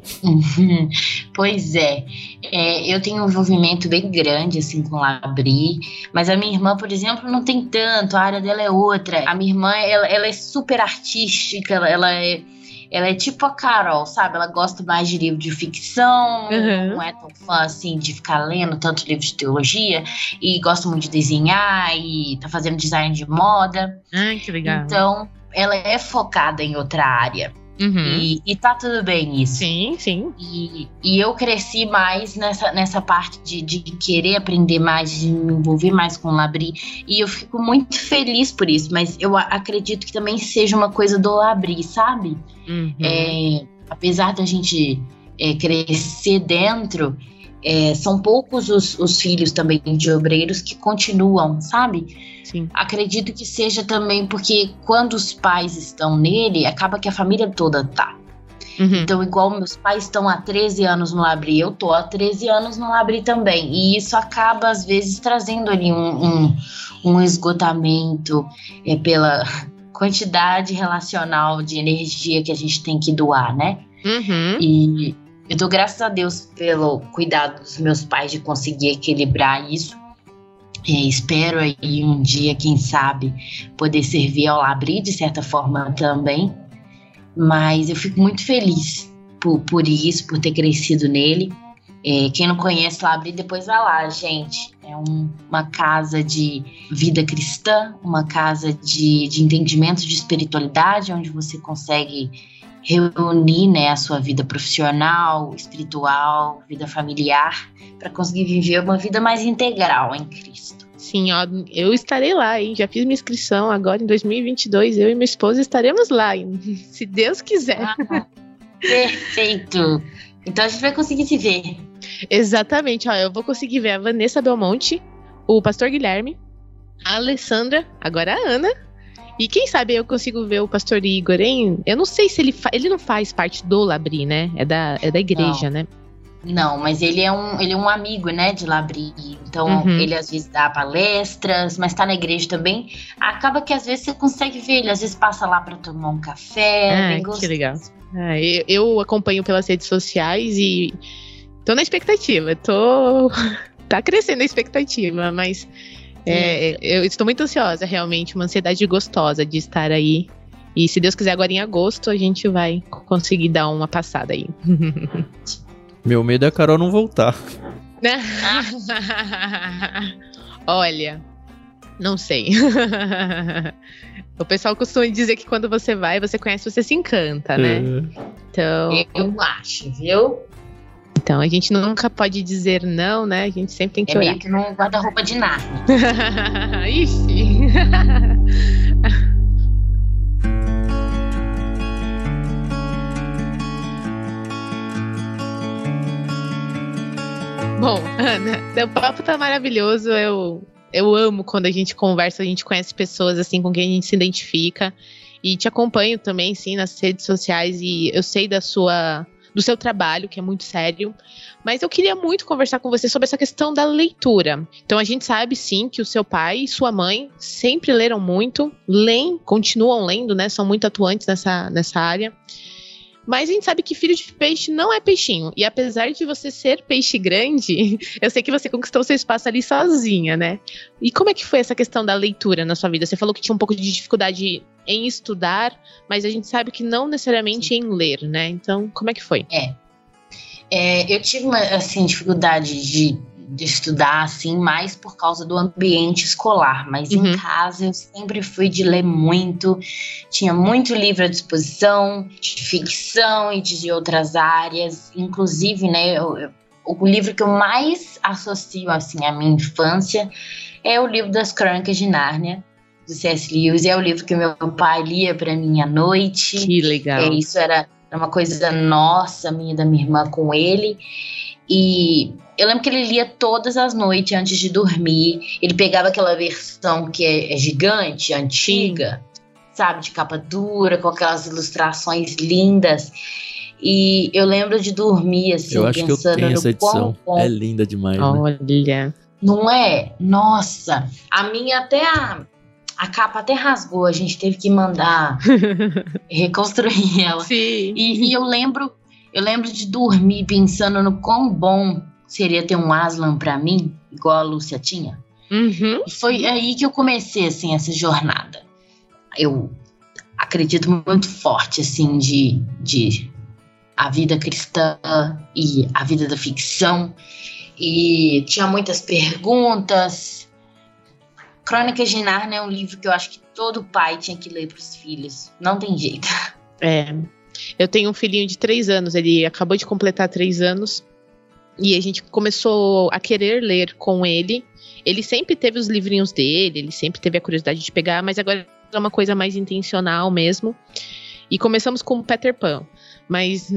Pois eu tenho um envolvimento bem grande, assim, com o Labri, mas a minha irmã, por exemplo, não tem tanto, a área dela é outra. A minha irmã, ela é super artística, ela é tipo a Carol, sabe? Ela gosta mais de livro de ficção, não é tão fã, assim, de ficar lendo tanto livro de teologia, e gosta muito de desenhar, e tá fazendo design de moda. Ai, que legal. Então, ela é focada em outra área. E tá tudo bem isso. Sim, sim. E eu cresci mais nessa parte de querer aprender mais, de me envolver mais com o Labri. E eu fico muito feliz por isso. Mas eu acredito que também seja uma coisa do Labri, sabe? Apesar da gente crescer dentro, são poucos os filhos também de obreiros que continuam, sabe? Sim. Acredito que seja também porque quando os pais estão nele, acaba que a família toda tá. Então, igual meus pais estão há 13 anos no Labri, eu tô há 13 anos no Labri também. E isso acaba, às vezes, trazendo ali um esgotamento pela quantidade relacional de energia que a gente tem que doar, né? E eu dou graças a Deus pelo cuidado dos meus pais de conseguir equilibrar isso. Espero aí um dia, quem sabe, poder servir ao Labri de certa forma também. Mas eu fico muito feliz por isso, por ter crescido nele. Quem não conhece o Labri, depois vai lá, gente. É uma casa de vida cristã, uma casa de entendimento de espiritualidade, onde você consegue reunir, né, a sua vida profissional, espiritual, vida familiar, para conseguir viver uma vida mais integral em Cristo. Sim, ó, eu estarei lá, hein? Já fiz minha inscrição agora em 2022, eu e minha esposa estaremos lá, hein? Se Deus quiser. Perfeito! Então a gente vai conseguir se ver. Exatamente, ó, eu vou conseguir ver a Vanessa Belmonte, o pastor Guilherme, A Alessandra, agora a Ana. E quem sabe eu consigo ver o pastor Igor, hein? Eu não sei se ele não faz parte do Labri, né? É da igreja, né? Não, mas ele é um amigo, né, de Labri. Então, ele às vezes dá palestras, mas tá na igreja também. Acaba que às vezes você consegue ver ele, às vezes passa lá pra tomar um café. Que legal. Eu acompanho pelas redes sociais e tô na expectativa. Tá crescendo a expectativa, mas eu estou muito ansiosa, realmente. Uma ansiedade gostosa de estar aí. E se Deus quiser, agora em agosto, a gente vai conseguir dar uma passada aí. Meu medo é a Carol não voltar. Olha, não sei. O pessoal costuma dizer que quando você vai, você conhece, você se encanta, né? Então, eu acho, viu? Então, a gente nunca pode dizer não, né? A gente sempre tem que olhar. É meio que num guarda-roupa de Nárnia. Ixi! Bom, Ana, o papo tá maravilhoso. Eu amo quando a gente conversa, a gente conhece pessoas assim com quem a gente se identifica. E te acompanho também, sim, nas redes sociais. E eu sei do seu trabalho, que é muito sério. Mas eu queria muito conversar com você sobre essa questão da leitura. Então a gente sabe, sim, que o seu pai e sua mãe sempre leram muito. Continuam lendo, né? São muito atuantes nessa área. Mas a gente sabe que filho de peixe não é peixinho. E apesar de você ser peixe grande, eu sei que você conquistou seu espaço ali sozinha, né? E como é que foi essa questão da leitura na sua vida? Você falou que tinha um pouco de dificuldade em estudar, mas a gente sabe que não necessariamente em ler, né? Então, como é que foi? Eu tive uma dificuldade de estudar, assim, mais por causa do ambiente escolar. Mas em casa eu sempre fui de ler muito. Tinha muito livro à disposição, de ficção e de outras áreas. Inclusive, né, o livro que eu mais associo, assim, à minha infância é o livro das Crônicas de Nárnia, do C.S. Lewis. É o livro que meu pai lia para mim à noite. Que legal. Isso era uma coisa nossa, minha e da minha irmã com ele. E eu lembro que ele lia todas as noites antes de dormir. Ele pegava aquela versão que é gigante, antiga, sabe, de capa dura, com aquelas ilustrações lindas. E eu lembro de dormir, assim, eu acho pensando que eu tenho essa edição. É linda demais, Olha. Né? Não é? Nossa! A minha até a capa até rasgou. A gente teve que mandar reconstruir ela. Sim. E eu lembro de dormir pensando no quão bom seria ter um Aslan pra mim, igual a Lúcia tinha. E foi aí que eu comecei, assim, essa jornada. Eu acredito muito forte, assim, de a vida cristã e a vida da ficção. E tinha muitas perguntas. Crônicas de Nárnia é um livro que eu acho que todo pai tinha que ler pros filhos. Não tem jeito. Eu tenho um filhinho de 3 anos, ele acabou de completar 3 anos. E a gente começou a querer ler com ele. Ele sempre teve os livrinhos dele, ele sempre teve a curiosidade de pegar, mas agora é uma coisa mais intencional mesmo. E começamos com Peter Pan, mas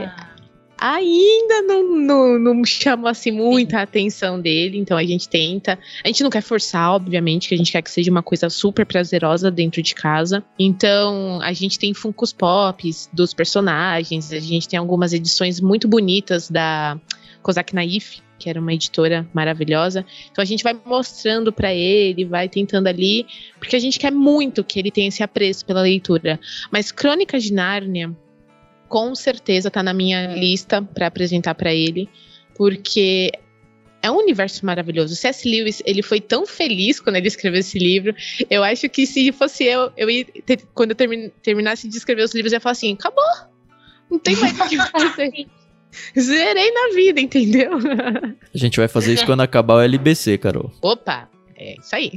ainda não chama assim muita atenção dele, então a gente tenta. A gente não quer forçar, obviamente, que a gente quer que seja uma coisa super prazerosa dentro de casa. Então a gente tem Funkos Pops dos personagens, a gente tem algumas edições muito bonitas da Kozak Naif, que era uma editora maravilhosa. Então a gente vai mostrando pra ele, vai tentando ali, porque a gente quer muito que ele tenha esse apreço pela leitura. Mas Crônicas de Nárnia, com certeza tá na minha lista pra apresentar pra ele, porque é um universo maravilhoso. O C.S. Lewis, ele foi tão feliz quando ele escreveu esse livro. Eu acho que se fosse eu ia quando eu terminasse de escrever os livros, eu ia falar assim, acabou, não tem mais o que fazer. Zerei na vida, entendeu? A gente vai fazer isso quando acabar o LBC, Carol. Opa, é isso aí.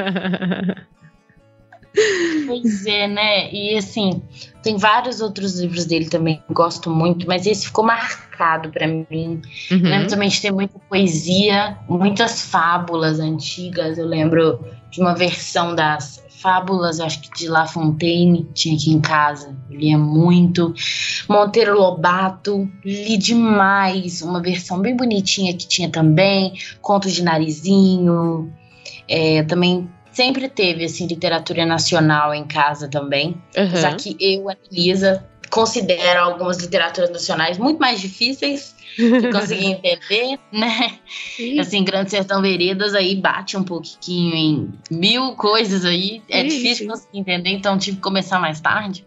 Pois é, né? E assim, tem vários outros livros dele também que eu gosto muito, mas esse ficou marcado pra mim. Lembro também de ter muita poesia, muitas fábulas antigas. Eu lembro de uma versão das fábulas, acho que de La Fontaine, tinha aqui em casa, eu lia muito. Monteiro Lobato, li demais, uma versão bem bonitinha que tinha também. Contos de Narizinho, também sempre teve, assim, literatura nacional em casa também. Apesar que eu, a Elisa, considero algumas literaturas nacionais muito mais difíceis de conseguir entender, né? Sim. Assim, Grande Sertão Veredas aí bate um pouquinho em 1000 coisas aí. É difícil conseguir entender, então tive que começar mais tarde.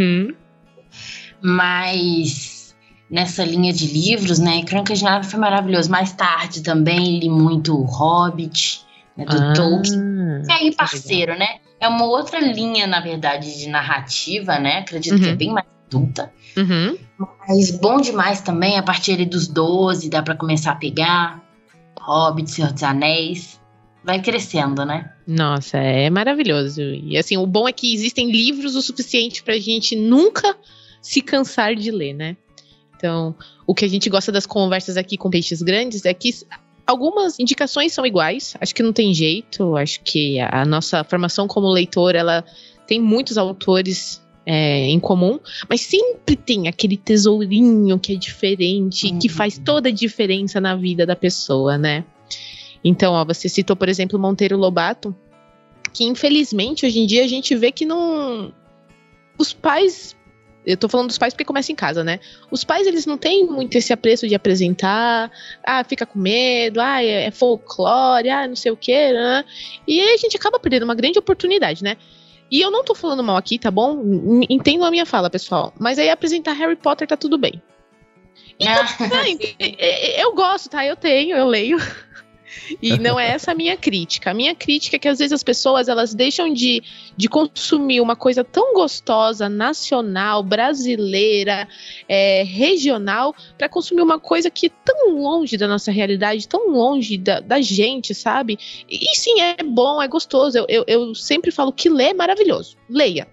Mas nessa linha de livros, né? Crônicas de Nárnia foi maravilhoso. Mais tarde também li muito Hobbit, né, do Tolkien. E aí, parceiro, né? É uma outra linha, na verdade, de narrativa, né? Acredito que é bem mais adulta. Mas bom demais também, a partir ali dos 12, dá pra começar a pegar Hobbit, Senhor dos Anéis, vai crescendo, né? Nossa, é maravilhoso. E assim, o bom é que existem livros o suficiente pra gente nunca se cansar de ler, né? Então, o que a gente gosta das conversas aqui com Peixes Grandes é que algumas indicações são iguais, acho que não tem jeito, acho que a nossa formação como leitor, ela tem muitos autores em comum, mas sempre tem aquele tesourinho que é diferente, que faz toda a diferença na vida da pessoa, né? Então, ó, você citou, por exemplo, Monteiro Lobato, que infelizmente hoje em dia a gente vê que não... Os pais... Eu tô falando dos pais porque começa em casa, né? Os pais, eles não têm muito esse apreço de apresentar, fica com medo, é folclore, não sei o quê, né? E aí a gente acaba perdendo uma grande oportunidade, né? E eu não tô falando mal aqui, tá bom? Entendam a minha fala, pessoal. Mas aí apresentar Harry Potter tá tudo bem. Então, eu gosto, tá? Eu leio. E não é essa a minha crítica. A minha crítica é que às vezes as pessoas, elas deixam de consumir uma coisa tão gostosa, nacional, brasileira, regional, para consumir uma coisa que é tão longe da nossa realidade, tão longe da gente, sabe? E sim, é bom, é gostoso. Eu sempre falo que ler é maravilhoso. Leia.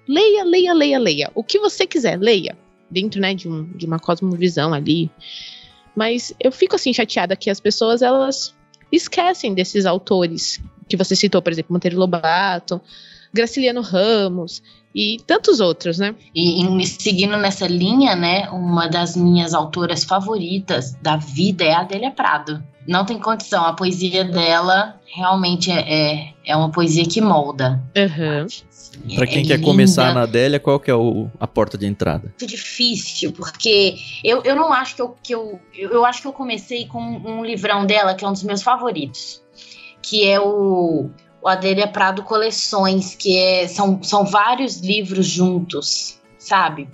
O que você quiser, leia. Dentro, né, de uma cosmovisão ali. Mas eu fico assim chateada que as pessoas, elas esquecem desses autores que você citou, por exemplo, Monteiro Lobato, Graciliano Ramos e tantos outros, né? E seguindo nessa linha, né, uma das minhas autoras favoritas da vida é a Adélia Prado. Não tem condição, a poesia dela realmente é uma poesia que molda. Pra quem quer começar na Adélia, qual que é a porta de entrada? Muito difícil, porque eu não acho eu acho que eu comecei com um livrão dela, que é um dos meus favoritos, que é o Adélia Prado Coleções, que são vários livros juntos, sabe?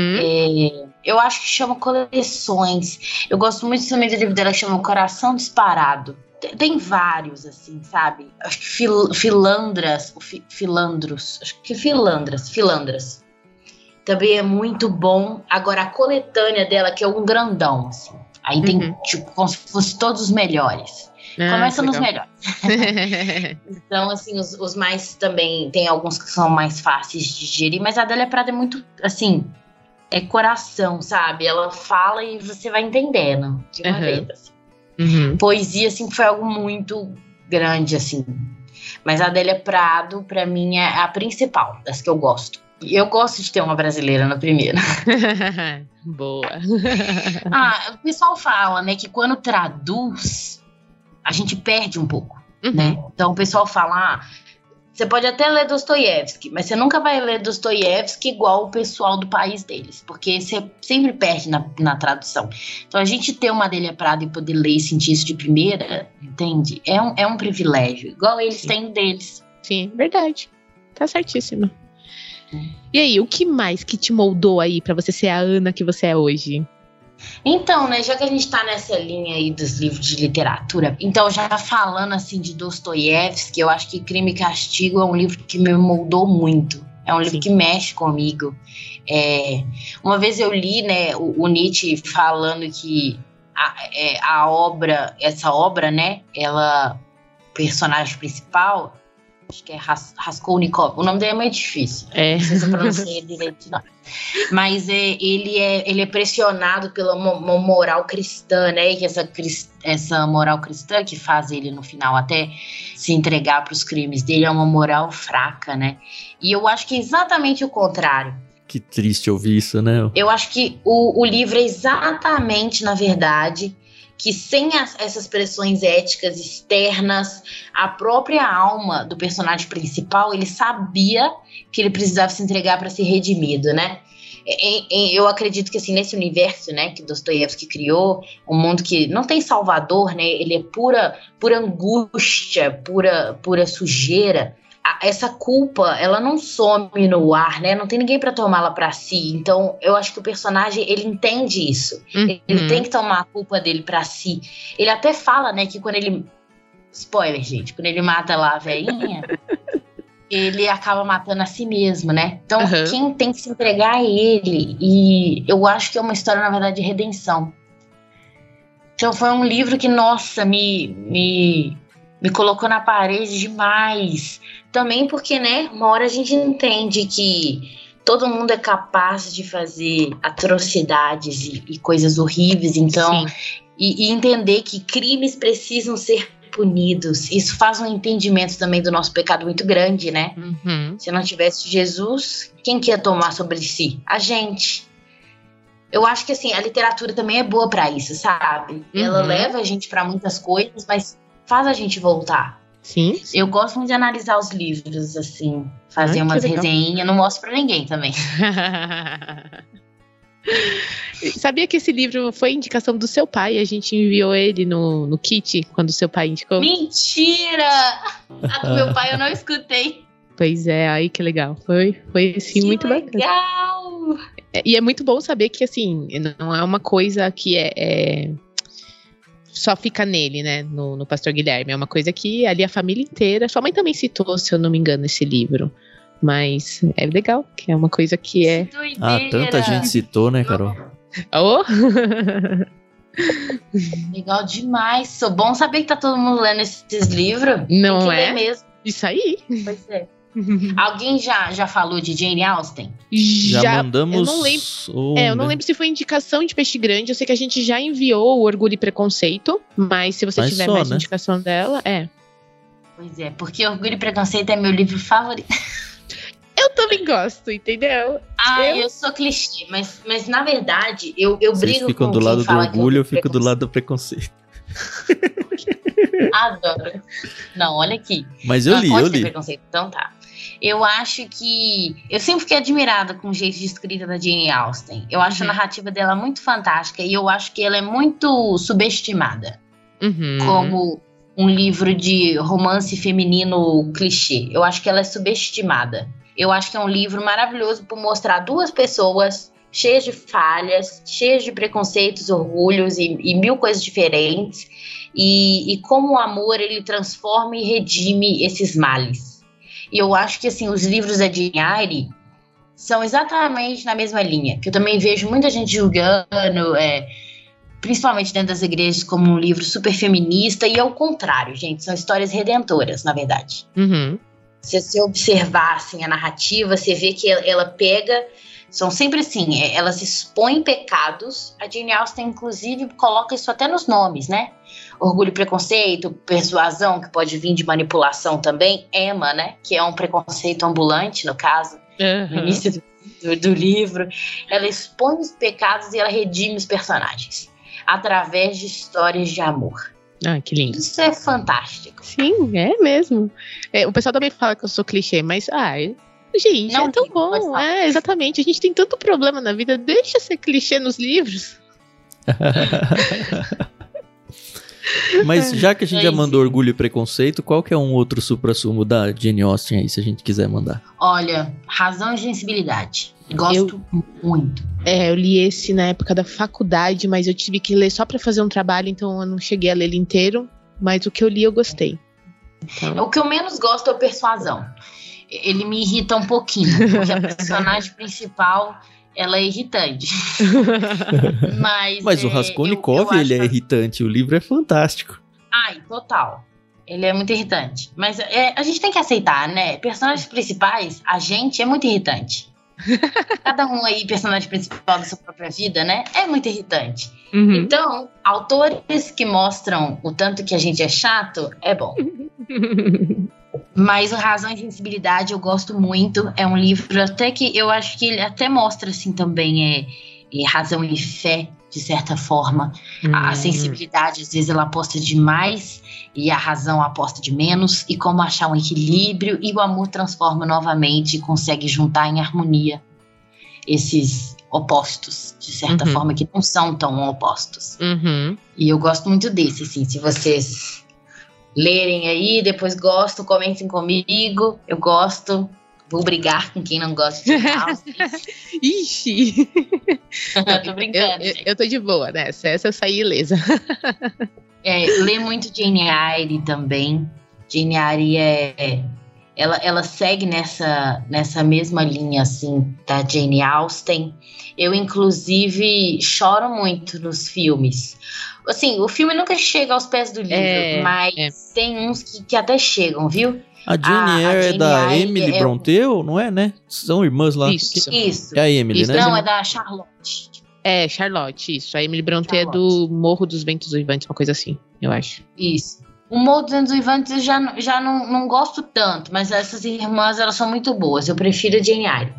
Eu acho que chama Coleções. Eu gosto muito também do livro dela, que chama Coração Disparado. Tem vários, assim, sabe? Acho que Filandras. Também é muito bom. Agora, a coletânea dela, que é um grandão, assim. Aí tem, tipo, como se fosse todos os melhores. Começa nos melhores. Então, assim, os mais também... Tem alguns que são mais fáceis de digerir, mas a Adélia Prado é muito, assim... É coração, sabe? Ela fala e você vai entendendo de uma vez, assim. Poesia, assim, foi algo muito grande, assim. Mas a Adélia Prado, pra mim, é a principal, das que eu gosto. E eu gosto de ter uma brasileira na primeira. Boa. O pessoal fala, né, que quando traduz, a gente perde um pouco, né? Então o pessoal fala, você pode até ler Dostoiévski, mas você nunca vai ler Dostoiévski igual o pessoal do país deles, porque você sempre perde na tradução. Então a gente ter uma Adélia Prado e poder ler e sentir isso de primeira, entende? É um privilégio, igual eles têm deles. Sim, verdade. Tá certíssima. E aí, o que mais que te moldou aí pra você ser a Ana que você é hoje? Então, né, já que a gente tá nessa linha aí dos livros de literatura, então já falando assim de Dostoiévski, eu acho que Crime e Castigo é um livro que me moldou muito. É um livro que mexe comigo. Uma vez eu li, né, o Nietzsche falando que essa obra, né, ela, personagem principal, acho que é Raskolnikov. O nome dele é meio difícil. Não sei se eu pronunciei direito, não. Mas ele é pressionado pela moral cristã, né? E essa moral cristã que faz ele, no final, até se entregar para os crimes dele, é uma moral fraca, né? E eu acho que é exatamente o contrário. Que triste ouvir isso, né? Eu acho que o livro é exatamente, na verdade, que sem essas pressões éticas externas, a própria alma do personagem principal, ele sabia que ele precisava se entregar para ser redimido, né? Eu acredito que assim, nesse universo, né, que Dostoiévski criou, um mundo que não tem salvador, né, ele é pura angústia, pura sujeira. Essa culpa, ela não some no ar, né? Não tem ninguém pra tomá-la pra si. Então, eu acho que o personagem, ele entende isso. Ele tem que tomar a culpa dele pra si. Ele até fala, né, que quando ele... Spoiler, gente. Quando ele mata lá a velhinha, ele acaba matando a si mesmo, né? Então, quem tem que se entregar é ele. E eu acho que é uma história, na verdade, de redenção. Então, foi um livro que, nossa, me colocou na parede demais. Também porque, né, uma hora a gente entende que todo mundo é capaz de fazer atrocidades e coisas horríveis. Então, e entender que crimes precisam ser punidos. Isso faz um entendimento também do nosso pecado muito grande, né? Se não tivesse Jesus, quem que ia tomar sobre si? A gente. Eu acho que, assim, a literatura também é boa pra isso, sabe? Ela leva a gente pra muitas coisas, mas faz a gente voltar. Sim. Eu gosto muito de analisar os livros, assim, fazer umas resenhinhas, não mostro pra ninguém também. Sabia que esse livro foi indicação do seu pai? A gente enviou ele no kit quando o seu pai indicou. Mentira! A do meu pai eu não escutei. Pois é, aí que legal. Foi assim, muito bacana. Legal! E é muito bom saber que, assim, não é uma coisa que só fica nele, né, no Pastor Guilherme. É uma coisa que ali a família inteira... Sua mãe também citou, se eu não me engano, esse livro. Mas é legal, que é uma coisa que é... tanta gente citou, né, Carol? Oh! Legal demais. Sou bom saber que tá todo mundo lendo esses livros. Não Tem que é? ler mesmo. Isso aí. Pois é. Alguém já falou de Jane Austen? Já mandamos. Eu não lembro. Eu não lembro se foi indicação de Peixe Grande. Eu sei que a gente já enviou o Orgulho e Preconceito. Mas se você tiver mais indicação dela, Pois é, porque Orgulho e Preconceito é meu livro favorito. Eu também gosto, entendeu? Eu sou clichê, mas na verdade eu Vocês brigo ficam com do lado quem do fala orgulho, eu fico do lado do preconceito. Adoro. Não, olha aqui. Mas eu li. Preconceito. Então tá. Eu acho que... Eu sempre fiquei admirada com o jeito de escrita da Jane Austen. Eu acho a narrativa dela muito fantástica e eu acho que ela é muito subestimada. Como um livro de romance feminino clichê. Eu acho que ela é subestimada. Eu acho que é um livro maravilhoso por mostrar duas pessoas cheias de falhas, cheias de preconceitos, orgulhos e mil coisas diferentes. E como o amor, ele transforma e redime esses males. E eu acho que, assim, os livros da Jane Eyre são exatamente na mesma linha. Que eu também vejo muita gente julgando, principalmente dentro das igrejas, como um livro super feminista. E é o contrário, gente. São histórias redentoras, na verdade. Se você observar, assim, a narrativa, você vê que ela pega... São sempre assim, elas expõem pecados. A Jane Austen, inclusive, coloca isso até nos nomes, né? Orgulho e preconceito, persuasão, que pode vir de manipulação também. Emma, né? Que é um preconceito ambulante, no caso, no início do livro. Ela expõe os pecados e ela redime os personagens através de histórias de amor. Ah, que lindo. Isso é fantástico. Sim, é mesmo. O pessoal também fala que eu sou clichê, mas... gente, não, é tão bom. Exatamente. A gente tem tanto problema na vida. Deixa ser clichê nos livros. Mas já que a gente já mandou Orgulho e Preconceito, qual que é um outro suprassumo da Jane Austen aí, se a gente quiser mandar? Olha, Razão e Sensibilidade. Gosto muito. Eu li esse na época da faculdade, mas eu tive que ler só pra fazer um trabalho, então eu não cheguei a ler ele inteiro. Mas o que eu li, eu gostei. Então... O que eu menos gosto é o Persuasão. Ele me irrita um pouquinho, porque a personagem principal, ela é irritante. Mas o Raskolnikov, ele é irritante, o livro é fantástico. Total. Ele é muito irritante. Mas a gente tem que aceitar, né? Personagens principais, a gente é muito irritante. Cada um aí, personagem principal da sua própria vida, né? É muito irritante. Então, autores que mostram o tanto que a gente é chato, é bom. Mas o Razão e Sensibilidade eu gosto muito. É um livro até que eu acho que ele até mostra assim também razão e fé, de certa forma. A sensibilidade, às vezes, ela aposta demais e a razão aposta de menos, e como achar um equilíbrio, e o amor transforma novamente e consegue juntar em harmonia esses opostos, de certa forma, que não são tão opostos. E eu gosto muito desse, assim, se vocês lerem aí, depois gostam, comentem comigo, eu gosto. Vou brigar com quem não gosta de House. Ixi! Eu tô brincando. Eu tô de boa nessa. Essa eu saí ilesa. Lê muito Jane Eyre também. Jane Eyre ela segue nessa mesma linha, assim, da Jane Austen. Eu, inclusive, choro muito nos filmes. Assim, o filme nunca chega aos pés do livro, mas tem uns que até chegam, viu? A Jane Eyre é da Emily Brontë, não é, né? São irmãs lá. Isso. É a Emily, isso, né? Não, é da Charlotte. É, Charlotte, isso. A Emily Brontë é do Morro dos Ventos Uivantes, uma coisa assim, eu acho. Isso. O Morro dos Ventos Uivantes eu já não gosto tanto, mas essas irmãs, elas são muito boas. Eu prefiro a Jane Eyre.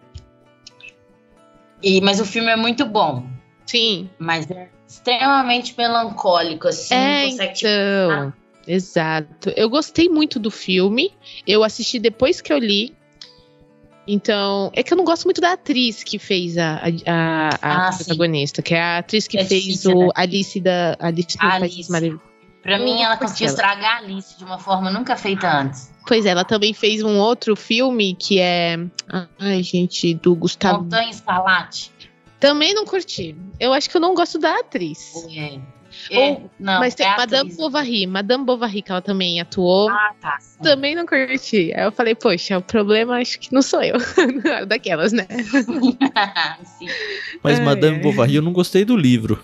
Mas o filme é muito bom. Sim. Mas é extremamente melancólico, assim. Então... Exato. Eu gostei muito do filme. Eu assisti depois que eu li. Então, é que eu não gosto muito da atriz que fez a protagonista, que é a atriz que fez difícil, o Alice no País Maravilhoso. Pra mim, ela conseguiu estragar a Alice de uma forma nunca feita antes. Pois é, ela também fez um outro filme que é... Ai, gente, do Gustavo... Montanha Escarlate. Também não curti. Eu acho que eu não gosto da atriz. Mas tem Madame Bovary, que ela também atuou. Tá. Sim. Também não curti. Aí eu falei, poxa, o problema acho que não sou eu. Daquelas, né? Sim. Mas Madame Bovary eu não gostei do livro.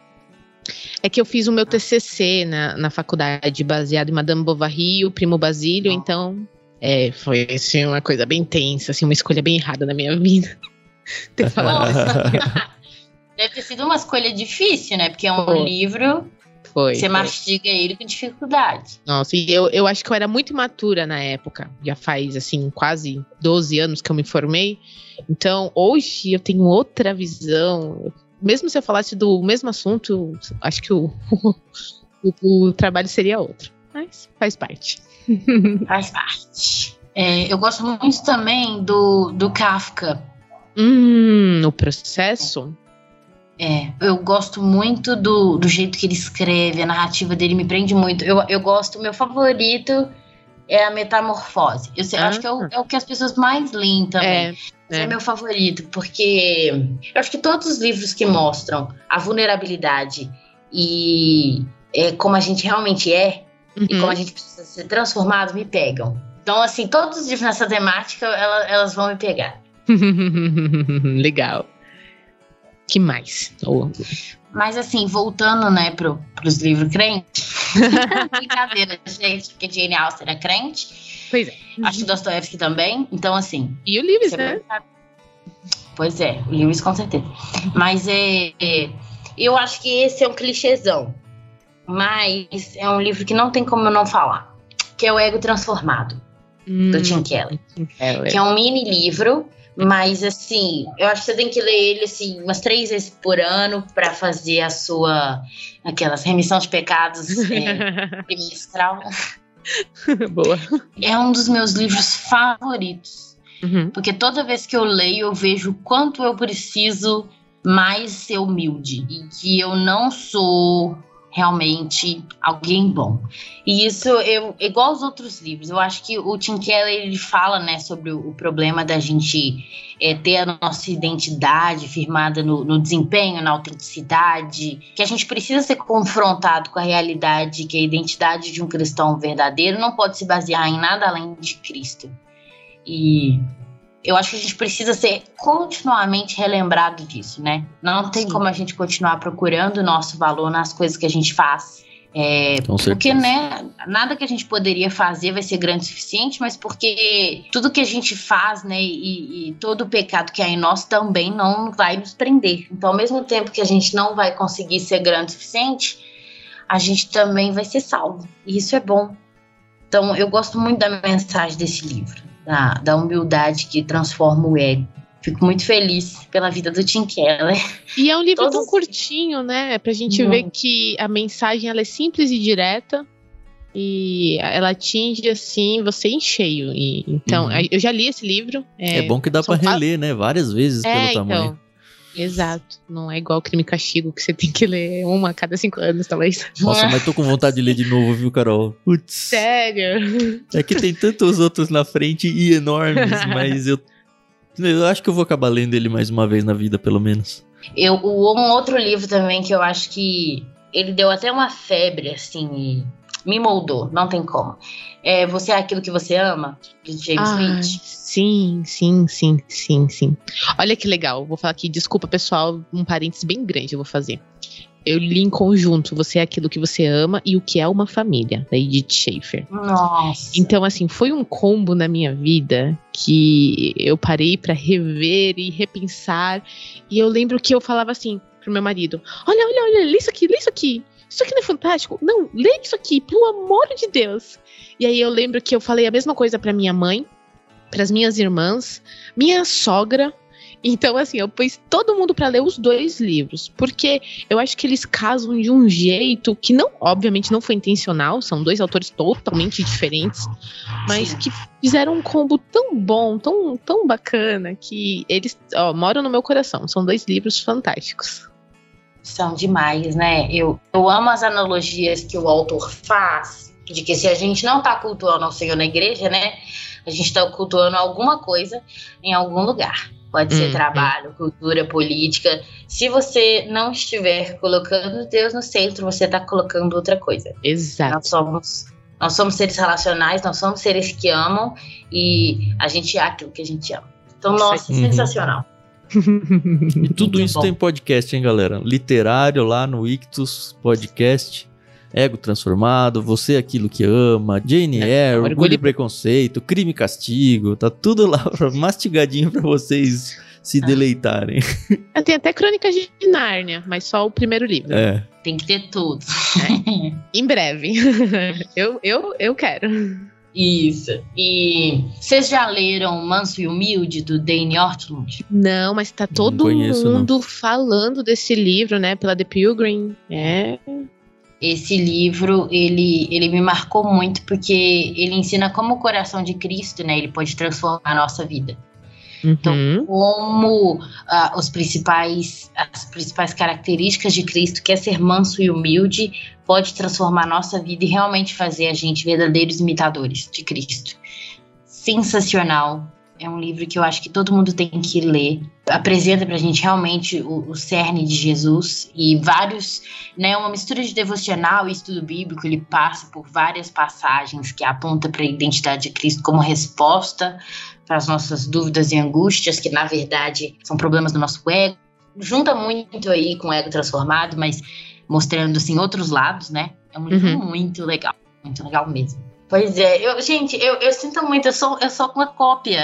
É que eu fiz o meu TCC na faculdade, baseado em Madame Bovary e o Primo Basílio, então foi assim, uma coisa bem tensa, assim, uma escolha bem errada na minha vida. Ter falado Deve ter sido uma escolha difícil, né? Porque é um livro, você mastiga ele com dificuldade. Nossa, e eu acho que eu era muito imatura na época. Já faz, assim, quase 12 anos que eu me formei. Então, hoje eu tenho outra visão. Mesmo se eu falasse do mesmo assunto, acho que o trabalho seria outro. Mas faz parte. Faz parte. Eu gosto muito também do Kafka. O Processo? Eu gosto muito do jeito que ele escreve, a narrativa dele me prende muito. Eu gosto, meu favorito é a Metamorfose. Acho que é o que as pessoas mais leem também. Esse é meu favorito, porque eu acho que todos os livros que mostram a vulnerabilidade e como a gente realmente é, e como a gente precisa ser transformado, me pegam. Então, assim, todos os livros nessa temática, elas vão me pegar. Legal. Que mais? Mas assim, voltando, né, pros livros crentes. Brincadeira, gente, porque Jane Austen é crente. Pois é. Acho que Dostoiévski também. Então, assim. E o Lewis, né? Pois é, o Lewis com certeza. Mas eu acho que esse é um clichêzão. Mas é um livro que não tem como eu não falar. Que é O Ego Transformado, do Tim Keller. Que é um mini livro. Mas, assim, eu acho que você tem que ler ele, assim, umas 3 vezes por ano para fazer aquelas remissão de pecados trimestral. Boa. É um dos meus livros favoritos. Porque toda vez que eu leio, eu vejo o quanto eu preciso mais ser humilde. E que eu não sou realmente alguém bom. E isso, igual aos outros livros, eu acho que o Tim Keller, ele fala, né, sobre o problema da gente ter a nossa identidade firmada no desempenho, na autenticidade, que a gente precisa ser confrontado com a realidade, que a identidade de um cristão verdadeiro não pode se basear em nada além de Cristo. E eu acho que a gente precisa ser continuamente relembrado disso, né? Não tem como a gente continuar procurando o nosso valor nas coisas que a gente faz. Porque, né, nada que a gente poderia fazer vai ser grande o suficiente, mas porque tudo que a gente faz, né, e todo o pecado que há em nós também não vai nos prender. Então, ao mesmo tempo que a gente não vai conseguir ser grande o suficiente, a gente também vai ser salvo. E isso é bom. Então, eu gosto muito da mensagem desse livro. Da humildade que transforma o ego. Fico muito feliz pela vida do Tim Keller. E é um livro tão curtinho, né? Pra gente ver que a mensagem ela é simples e direta. E ela atinge, assim, você em cheio. Então, eu já li esse livro. É bom que dá pra reler, né? Várias vezes pelo tamanho. Então, exato. Não é igual Crime e Castigo, que você tem que ler uma a cada 5 anos, talvez. Nossa, mas tô com vontade de ler de novo, viu, Carol? Putz. Sério? É que tem tantos outros na frente e enormes, mas eu acho que eu vou acabar lendo ele mais uma vez na vida, pelo menos. Um outro livro também que eu acho que ele deu até uma febre, assim, me moldou, não tem como. Você é Aquilo que Você Ama, de James Smith. Sim. Olha que legal, vou falar aqui, desculpa pessoal, um parênteses bem grande eu vou fazer. Eu li em conjunto Você é Aquilo que Você Ama e O que é uma Família, da Edith Schaefer. Nossa. Então, assim, foi um combo na minha vida que eu parei pra rever e repensar. E eu lembro que eu falava assim pro meu marido: olha, lê isso aqui. Isso aqui não é fantástico? Não, lê isso aqui, pelo amor de Deus. E aí eu lembro que eu falei a mesma coisa pra minha mãe, pras minhas irmãs, minha sogra. Então, assim, eu pus todo mundo pra ler os 2 livros, porque eu acho que eles casam de um jeito que obviamente não foi intencional, são 2 autores totalmente diferentes, mas que fizeram um combo tão bom, tão bacana, que eles moram no meu coração. São 2 livros fantásticos. São demais, né? Eu amo as analogias que o autor faz, de que se a gente não tá cultuando ao Senhor na igreja, né? A gente tá cultuando alguma coisa em algum lugar. Pode ser trabalho, cultura, política. Se você não estiver colocando Deus no centro, você está colocando outra coisa. Exato. Nós somos seres relacionais, nós somos seres que amam e a gente é aquilo que a gente ama. Então, nossa, sensacional. E tudo isso tem podcast, hein, galera? Literário lá no Ictus Podcast. Ego Transformado, Você é Aquilo que Ama, Jane Eyre, Orgulho e Preconceito, Crime e Castigo, tá tudo lá mastigadinho pra vocês se deleitarem. Tem até Crônicas de Nárnia, mas só o primeiro livro. Tem que ter tudo. Em breve. Eu quero. Isso. E vocês já leram Manso e Humilde, do Dane Ortlund? Não, mas tá todo mundo falando desse livro, né, pela The Pilgrim. Esse livro, ele me marcou muito porque ele ensina como o coração de Cristo, né, ele pode transformar a nossa vida. Então, como as principais características de Cristo, que é ser manso e humilde, pode transformar a nossa vida e realmente fazer a gente verdadeiros imitadores de Cristo. Sensacional. É um livro que eu acho que todo mundo tem que ler. Apresenta pra gente realmente o cerne de Jesus e vários, né, uma mistura de devocional e estudo bíblico. Ele passa por várias passagens que apontam para a identidade de Cristo como resposta para as nossas dúvidas e angústias, que na verdade são problemas do nosso ego. Junta muito aí com o ego transformado, mas mostrando assim outros lados, né? É um livro muito legal mesmo. Pois é, eu sinto muito, eu sou uma cópia.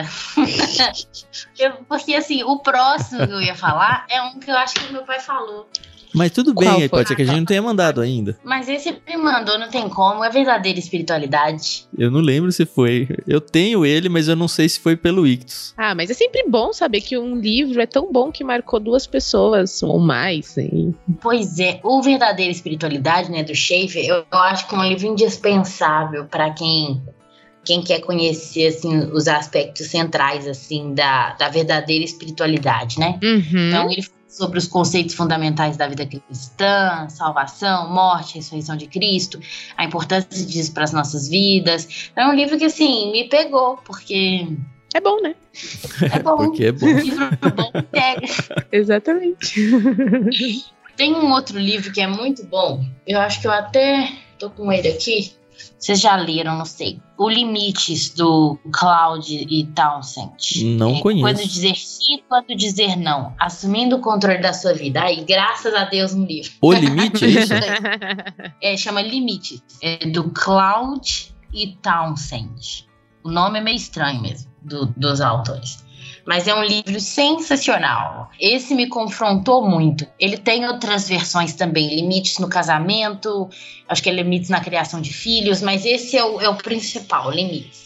Porque assim, o próximo que eu ia falar é um que eu acho que meu pai falou. Mas tudo bem, pode ser que a gente não tenha mandado ainda. Mas esse me mandou, não tem como, é verdadeira espiritualidade. Eu não lembro se foi. Eu tenho ele, mas eu não sei se foi pelo Ictus. Mas é sempre bom saber que um livro é tão bom que marcou 2 pessoas ou mais. Hein? Pois é, o Verdadeira Espiritualidade, né, do Schaefer, eu acho que é um livro indispensável para quem quer conhecer assim, os aspectos centrais assim, da verdadeira espiritualidade, né? Então ele sobre os conceitos fundamentais da vida cristã, salvação, morte, ressurreição de Cristo, a importância disso para as nossas vidas. É um livro que, assim, me pegou, porque... É bom, né? É bom. Porque é bom. Livro bom pega. Exatamente. Tem um outro livro que é muito bom, eu acho que eu até tô com ele aqui. Vocês já leram, não sei. O Limites, do Cloud e Townsend. Não conheço. Quando dizer sim, quando dizer não. Assumindo o controle da sua vida. Aí, graças a Deus, um livro. O Limite, é isso? Chama Limites. É do Cloud e Townsend. O nome é meio estranho mesmo, dos autores. Mas é um livro sensacional. Esse me confrontou muito. Ele tem outras versões também. Limites no casamento, acho que é limites na criação de filhos, mas esse é o principal, limites.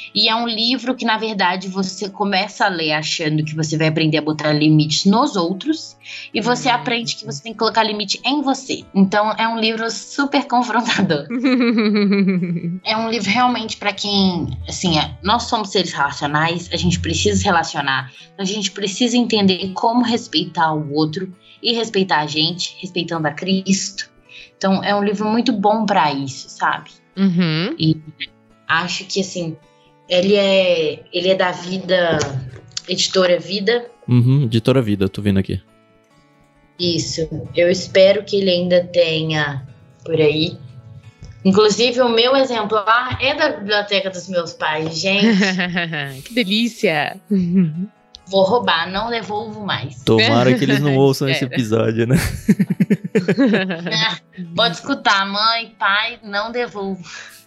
E é um livro que, na verdade, você começa a ler achando que você vai aprender a botar limites nos outros e você aprende que você tem que colocar limite em você. Então, é um livro super confrontador. É um livro realmente para quem, assim, nós somos seres relacionais, a gente precisa se relacionar, a gente precisa entender como respeitar o outro e respeitar a gente, respeitando a Cristo. Então, é um livro muito bom para isso, sabe? Uhum. E acho que, assim, ele é da Vida, Editora Vida. Editora Vida, tô vendo aqui. Isso. Eu espero que ele ainda tenha por aí. Inclusive, o meu exemplar é da biblioteca dos meus pais, gente. Que delícia! Vou roubar, não devolvo mais. Tomara que eles não ouçam esse episódio, né? Pode escutar, mãe, pai, não devolvo.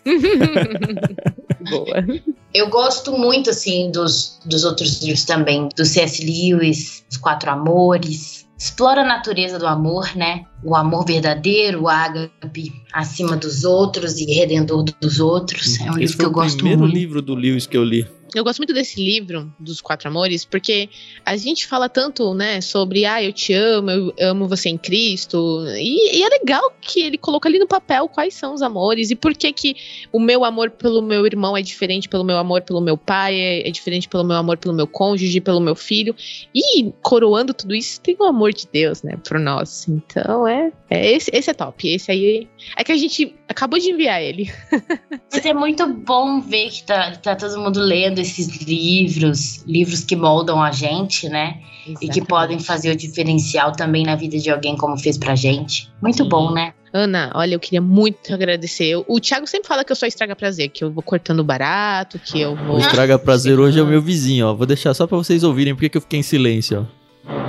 Boa. Eu gosto muito, assim, dos outros livros também, do C.S. Lewis, Os Quatro Amores. Explora a natureza do amor, né? O amor verdadeiro, o ágape acima dos outros e redentor dos outros. É um livro que eu gosto muito. Esse foi o primeiro livro do Lewis que eu li. Eu gosto muito desse livro, dos Quatro Amores, porque a gente fala tanto, né, sobre eu te amo, eu amo você em Cristo, e é legal que ele coloca ali no papel quais são os amores, e por que o meu amor pelo meu irmão é diferente pelo meu amor pelo meu pai, é diferente pelo meu amor pelo meu cônjuge, pelo meu filho, e coroando tudo isso, tem o amor de Deus, né, por nós. Então, esse é top, esse aí é que a gente acabou de enviar ele. Mas é muito bom ver que tá todo mundo lendo esses livros que moldam a gente, né? Exatamente. E que podem fazer o diferencial também na vida de alguém, como fez pra gente. Muito bom, né? Ana, olha, eu queria muito agradecer. O Thiago sempre fala que eu só estraga prazer, que eu vou cortando barato, que eu vou... O estraga prazer hoje é o meu vizinho, ó. Vou deixar só pra vocês ouvirem porque que eu fiquei em silêncio, ó.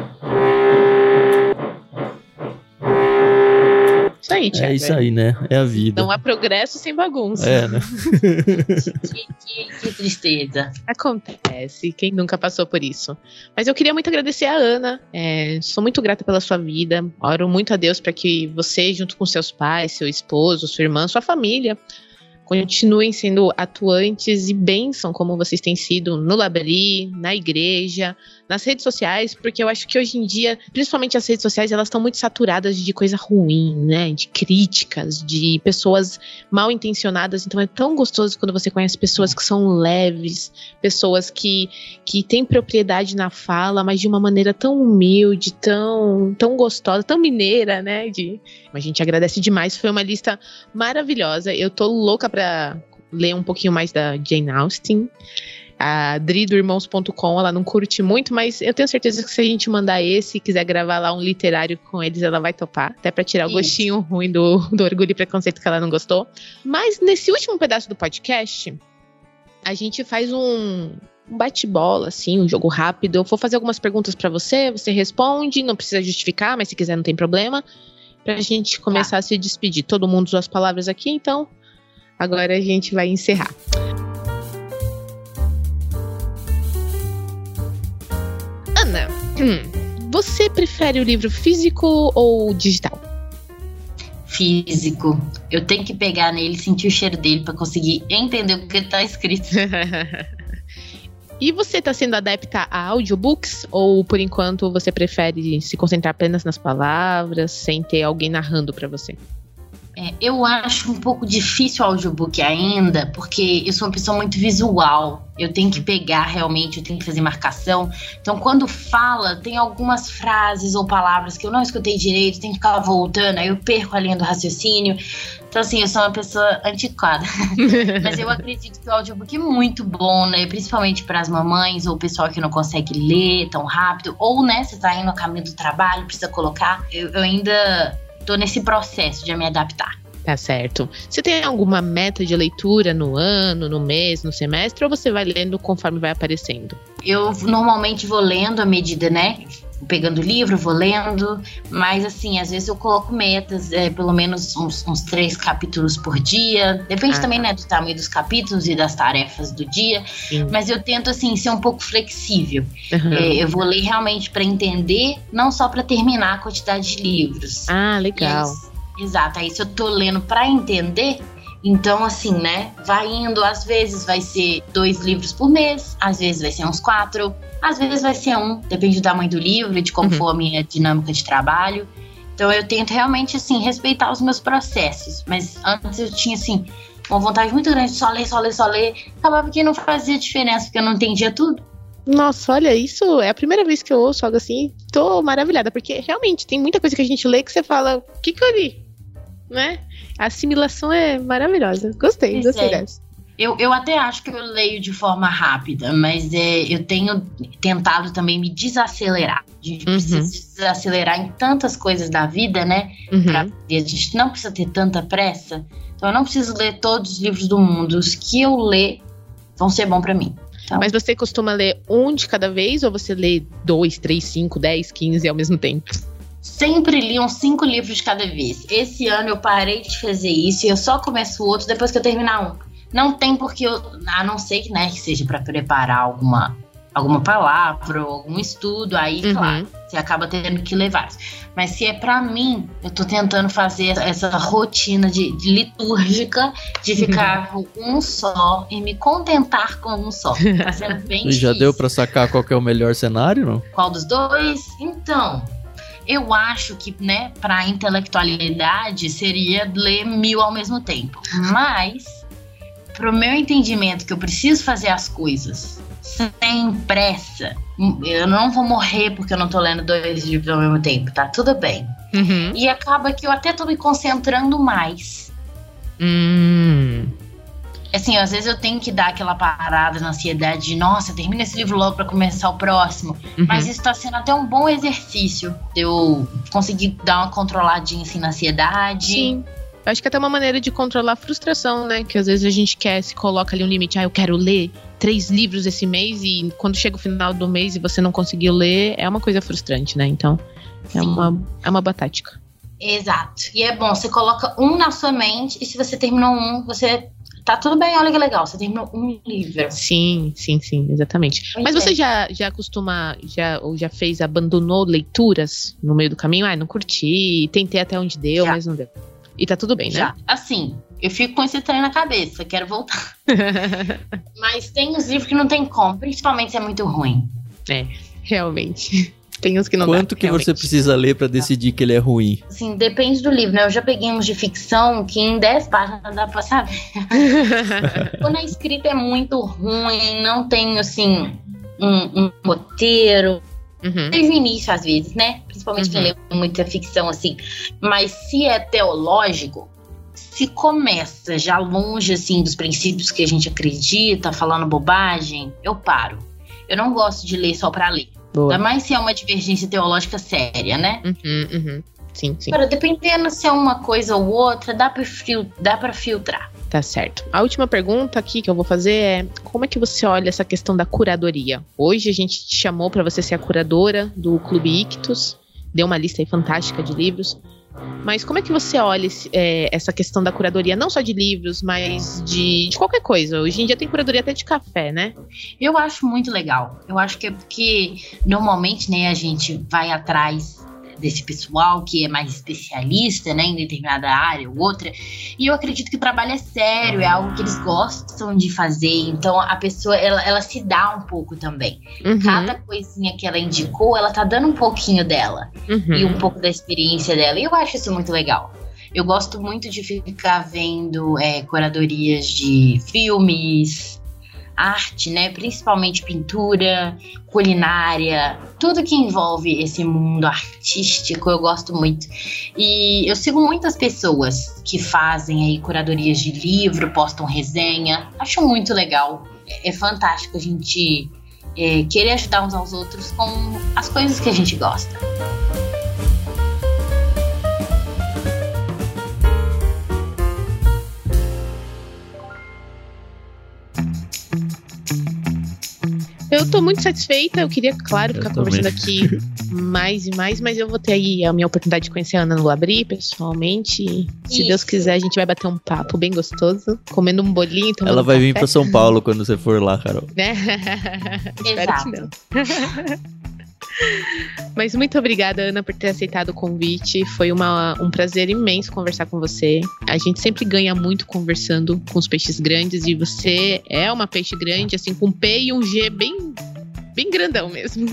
Isso aí, Thiago. É isso aí, né? É a vida. Não há progresso sem bagunça. É, né? Que tristeza. Acontece. Quem nunca passou por isso? Mas eu queria muito agradecer a Ana. Sou muito grata pela sua vida. Oro muito a Deus para que você, junto com seus pais, seu esposo, sua irmã, sua família, continuem sendo atuantes e bênção como vocês têm sido no Labri, na igreja, nas redes sociais, porque eu acho que hoje em dia, principalmente as redes sociais, elas estão muito saturadas de coisa ruim, né? De críticas, de pessoas mal intencionadas. Então é tão gostoso quando você conhece pessoas que são leves, pessoas que têm propriedade na fala, mas de uma maneira tão humilde, tão gostosa, tão mineira, né? A gente agradece demais, foi uma lista maravilhosa. Eu tô louca pra ler um pouquinho mais da Jane Austen. A Dri do Irmãos.com, ela não curte muito, mas eu tenho certeza que se a gente mandar esse e quiser gravar lá um literário com eles, ela vai topar, até pra tirar o gostinho ruim do Orgulho e Preconceito que ela não gostou. Mas nesse último pedaço do podcast, a gente faz um bate-bola, assim, um jogo rápido. Eu vou fazer algumas perguntas pra você responde, não precisa justificar, mas se quiser não tem problema, pra gente começar a se despedir. Todo mundo usou as palavras aqui, então agora a gente vai encerrar. Ana, você prefere o livro físico ou digital? Físico. Eu tenho que pegar nele e sentir o cheiro dele pra conseguir entender o que tá escrito. E você tá sendo adepta a audiobooks? Ou, por enquanto, você prefere se concentrar apenas nas palavras, sem ter alguém narrando pra você? Eu acho um pouco difícil o audiobook ainda, porque eu sou uma pessoa muito visual. Eu tenho que pegar realmente, eu tenho que fazer marcação. Então, quando fala, tem algumas frases ou palavras que eu não escutei direito, tenho que ficar voltando, aí eu perco a linha do raciocínio. Então, assim, eu sou uma pessoa antiquada. Mas eu acredito que o audiobook é muito bom, né? Principalmente para as mamães ou o pessoal que não consegue ler tão rápido. Ou, né, você tá indo no caminho do trabalho, precisa colocar. Eu ainda tô nesse processo de me adaptar. Tá certo. Você tem alguma meta de leitura no ano, no mês, no semestre, ou você vai lendo conforme vai aparecendo? Eu normalmente vou lendo à medida, né? Pegando o livro, vou lendo, mas assim, às vezes eu coloco metas, pelo menos uns 3 capítulos por dia, depende também, né, do tamanho dos capítulos e das tarefas do dia. Sim. Mas eu tento, assim, ser um pouco flexível. Eu vou ler realmente para entender, não só para terminar a quantidade de livros. Ah, legal. Exato, aí se eu tô lendo para entender, Então, assim, né, vai indo, às vezes vai ser 2 livros por mês, às vezes vai ser uns 4, às vezes vai ser 1, depende do tamanho do livro, de como for a minha dinâmica de trabalho. Então eu tento realmente, assim, respeitar os meus processos, mas antes eu tinha, assim, uma vontade muito grande de só ler, acabava que não fazia diferença, porque eu não entendia tudo. Nossa, olha, isso é a primeira vez que eu ouço algo assim, tô maravilhada, porque realmente tem muita coisa que a gente lê que você fala, o que eu li? Né? A assimilação é maravilhosa. Gostei dessa. Eu até acho que eu leio de forma rápida, mas eu tenho tentado também me desacelerar. A gente precisa desacelerar em tantas coisas da vida, né? A gente não precisa ter tanta pressa. Então eu não preciso ler todos os livros do mundo. Os que eu ler vão ser bons pra mim. Então, mas você costuma ler um de cada vez ou você lê 2, 3, 5, 10, 15 ao mesmo tempo? Sempre li uns 5 livros de cada vez. Esse ano eu parei de fazer isso e eu só começo o outro depois que eu terminar um. Não tem porque a não ser que, né, que seja para preparar alguma palavra ou algum estudo, aí, claro, você acaba tendo que ler vários. Mas se é pra mim, eu tô tentando fazer essa rotina de litúrgica, de ficar com um só e me contentar com um só. Tá sendo bem difícil. Já deu pra sacar qual que é o melhor cenário, não? Qual dos dois? Então, eu acho que, né, pra intelectualidade seria ler 1000 ao mesmo tempo. Mas, pro meu entendimento que eu preciso fazer as coisas sem pressa, eu não vou morrer porque eu não tô lendo 2 livros ao mesmo tempo, tá? Tudo bem. E acaba que eu até tô me concentrando mais. Assim, às vezes eu tenho que dar aquela parada na ansiedade de, nossa, termina esse livro logo pra começar o próximo. Mas isso tá sendo até um bom exercício de eu conseguir dar uma controladinha assim na ansiedade. Sim. Eu acho que é até uma maneira de controlar a frustração, né? Que às vezes a gente se coloca ali um limite. Eu quero ler 3 livros esse mês e quando chega o final do mês e você não conseguiu ler, é uma coisa frustrante, né? Então, é uma boa tática. Exato. E é bom, você coloca um na sua mente e se você terminou um, você... Tá tudo bem, olha que legal, você terminou um livro. Sim, exatamente. Mas você já abandonou leituras no meio do caminho? Não curti, tentei até onde deu, mas não deu. E tá tudo bem, né? Já. Assim, eu fico com esse trem na cabeça, quero voltar. Mas tem uns livros que não tem como, principalmente se é muito ruim. É, realmente. Tem uns que não dá. Quanto que você precisa ler pra decidir que ele é ruim? Assim, depende do livro, né? Eu já peguei uns de ficção que em 10 páginas dá pra saber. Quando a escrita é muito ruim, não tem, assim, um roteiro... Desde o início, às vezes, né? Principalmente quem lê muita ficção, assim. Mas se é teológico, se começa já longe, assim, dos princípios que a gente acredita, falando bobagem, eu paro. Eu não gosto de ler só pra ler. Ainda mais se é uma divergência teológica séria, né? Sim. Agora, dependendo se é uma coisa ou outra, dá pra filtrar. Tá certo. A última pergunta aqui que eu vou fazer é: como é que você olha essa questão da curadoria? Hoje a gente te chamou para você ser a curadora do Clube Ictus, deu uma lista aí fantástica de livros, mas como é que você olha essa questão da curadoria, não só de livros, mas de qualquer coisa? Hoje em dia tem curadoria até de café, né? Eu acho muito legal. Eu acho que é porque normalmente, né, a gente vai atrás desse pessoal que é mais especialista, né, em determinada área ou outra, e eu acredito que o trabalho é sério, é algo que eles gostam de fazer, então a pessoa, ela se dá um pouco também. Cada coisinha que ela indicou, ela tá dando um pouquinho dela, e um pouco da experiência dela, e eu acho isso muito legal. Eu gosto muito de ficar vendo curadorias de filmes, arte, né? Principalmente pintura, culinária, tudo que envolve esse mundo artístico, eu gosto muito. E eu sigo muitas pessoas que fazem aí curadorias de livro, postam resenha. Acho muito legal. É fantástico a gente querer ajudar uns aos outros com as coisas que a gente gosta. Eu tô muito satisfeita, eu queria, claro, ficar conversando aqui mais e mais, mas eu vou ter aí a minha oportunidade de conhecer a Ana no Labri, pessoalmente. Se Deus quiser, a gente vai bater um papo bem gostoso, comendo um bolinho, tomando Ela vai café. vir pra São Paulo quando você for lá, Carol. Né? Espero que não. Mas muito obrigada, Ana, por ter aceitado o convite. Foi um prazer imenso conversar com você. A gente sempre ganha muito conversando com os peixes grandes e você é uma peixe grande, assim, com um P e um G bem grandão mesmo.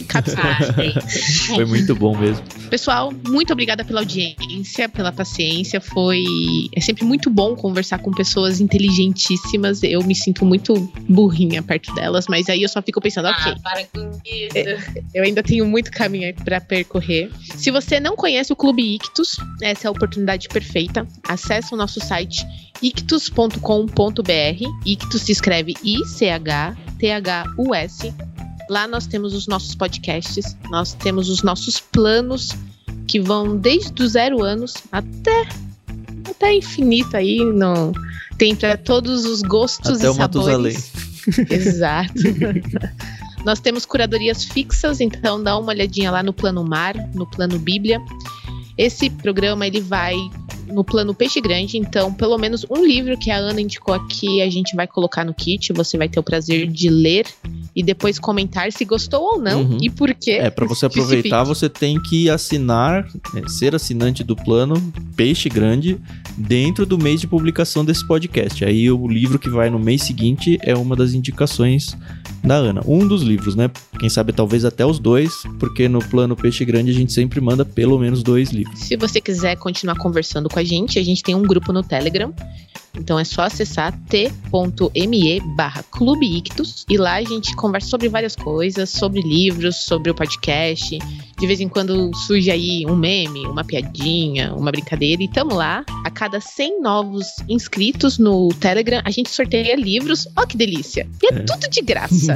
Foi muito bom mesmo. Pessoal, muito obrigada pela audiência, pela paciência. É sempre muito bom conversar com pessoas inteligentíssimas. Eu me sinto muito burrinha perto delas, mas aí eu só fico pensando, ok. Para com isso. Eu ainda tenho muito caminho para percorrer. Se você não conhece o Clube Ictus, essa é a oportunidade perfeita. Acesse o nosso site ictus.com.br. Ictus se escreve ICHTHUS. Lá nós temos os nossos podcasts, nós temos os nossos planos que vão desde os 0 anos até infinito aí. Tem para todos os gostos até e sabores. Exato. Nós temos curadorias fixas, então dá uma olhadinha lá no Plano Mar, no Plano Bíblia. Esse programa ele vai no Plano Peixe Grande, então pelo menos um livro que a Ana indicou aqui a gente vai colocar no kit, você vai ter o prazer de ler e depois comentar se gostou ou não e por quê. Para você aproveitar, você tem que assinar, ser assinante do Plano Peixe Grande dentro do mês de publicação desse podcast. Aí o livro que vai no mês seguinte é uma das indicações da Ana. Um dos livros, né? Quem sabe talvez até os 2, porque no Plano Peixe Grande a gente sempre manda pelo menos 2 livros. Se você quiser continuar conversando com a gente tem um grupo no Telegram. Então é só acessar t.me/Clube Ictus e lá a gente conversa sobre várias coisas, sobre livros, sobre o podcast. De vez em quando surge aí um meme, uma piadinha, uma brincadeira e tamo lá. A cada 100 novos inscritos no Telegram, a gente sorteia livros. Ó, que delícia! E é tudo de graça.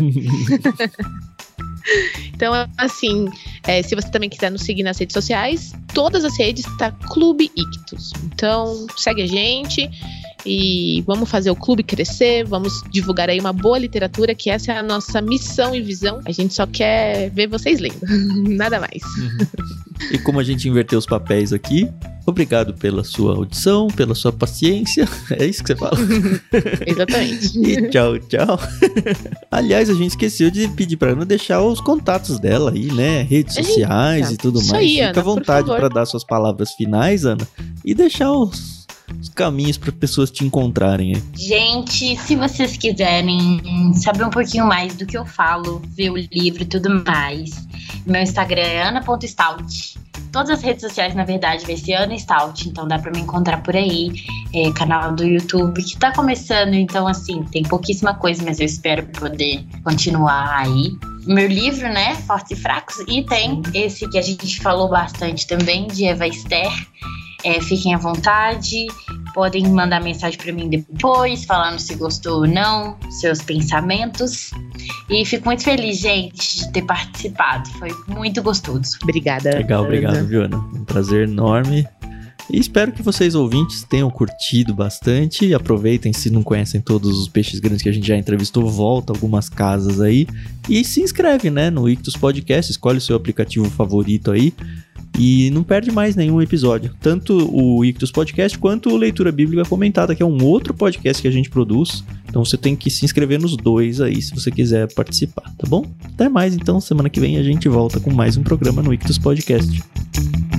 Então, assim, se você também quiser nos seguir nas redes sociais, todas as redes tá Clube Ictus. Então, segue a gente e vamos fazer o clube crescer, vamos divulgar aí uma boa literatura, que essa é a nossa missão e visão. A gente só quer ver vocês lendo, nada mais. E como a gente inverteu os papéis aqui, obrigado pela sua audição, pela sua paciência. É isso que você fala? Exatamente. E tchau, tchau. Aliás, a gente esqueceu de pedir pra Ana deixar os contatos dela aí, né? Redes sociais e tudo mais. Aí, Fica à vontade para dar suas palavras finais, Ana, e deixar os caminhos para pessoas te encontrarem aí. Gente, se vocês quiserem saber um pouquinho mais do que eu falo, ver o livro e tudo mais, meu Instagram é ana.stout. Todas as redes sociais, na verdade, vai ser Ana Stout, então dá pra me encontrar por aí. Canal do YouTube que tá começando, então assim, tem pouquíssima coisa, mas eu espero poder continuar aí. Meu livro, né, Fortes e Fracos, e tem esse que a gente falou bastante também, de Eva Esther. Fiquem à vontade, podem mandar mensagem para mim depois, falando se gostou ou não, seus pensamentos. E fico muito feliz, gente, de ter participado. Foi muito gostoso. Obrigada. Legal, obrigado, viu, Ana? Um prazer enorme. E espero que vocês, ouvintes, tenham curtido bastante. Aproveitem, se não conhecem todos os peixes grandes que a gente já entrevistou, volta algumas casas aí. E se inscreve, né, no Ictus Podcast, escolhe o seu aplicativo favorito aí. E não perde mais nenhum episódio. Tanto o Ictus Podcast quanto o Leitura Bíblica Comentada, que é um outro podcast que a gente produz. Então você tem que se inscrever nos 2 aí, se você quiser participar, tá bom? Até mais, então. Semana que vem a gente volta com mais um programa no Ictus Podcast.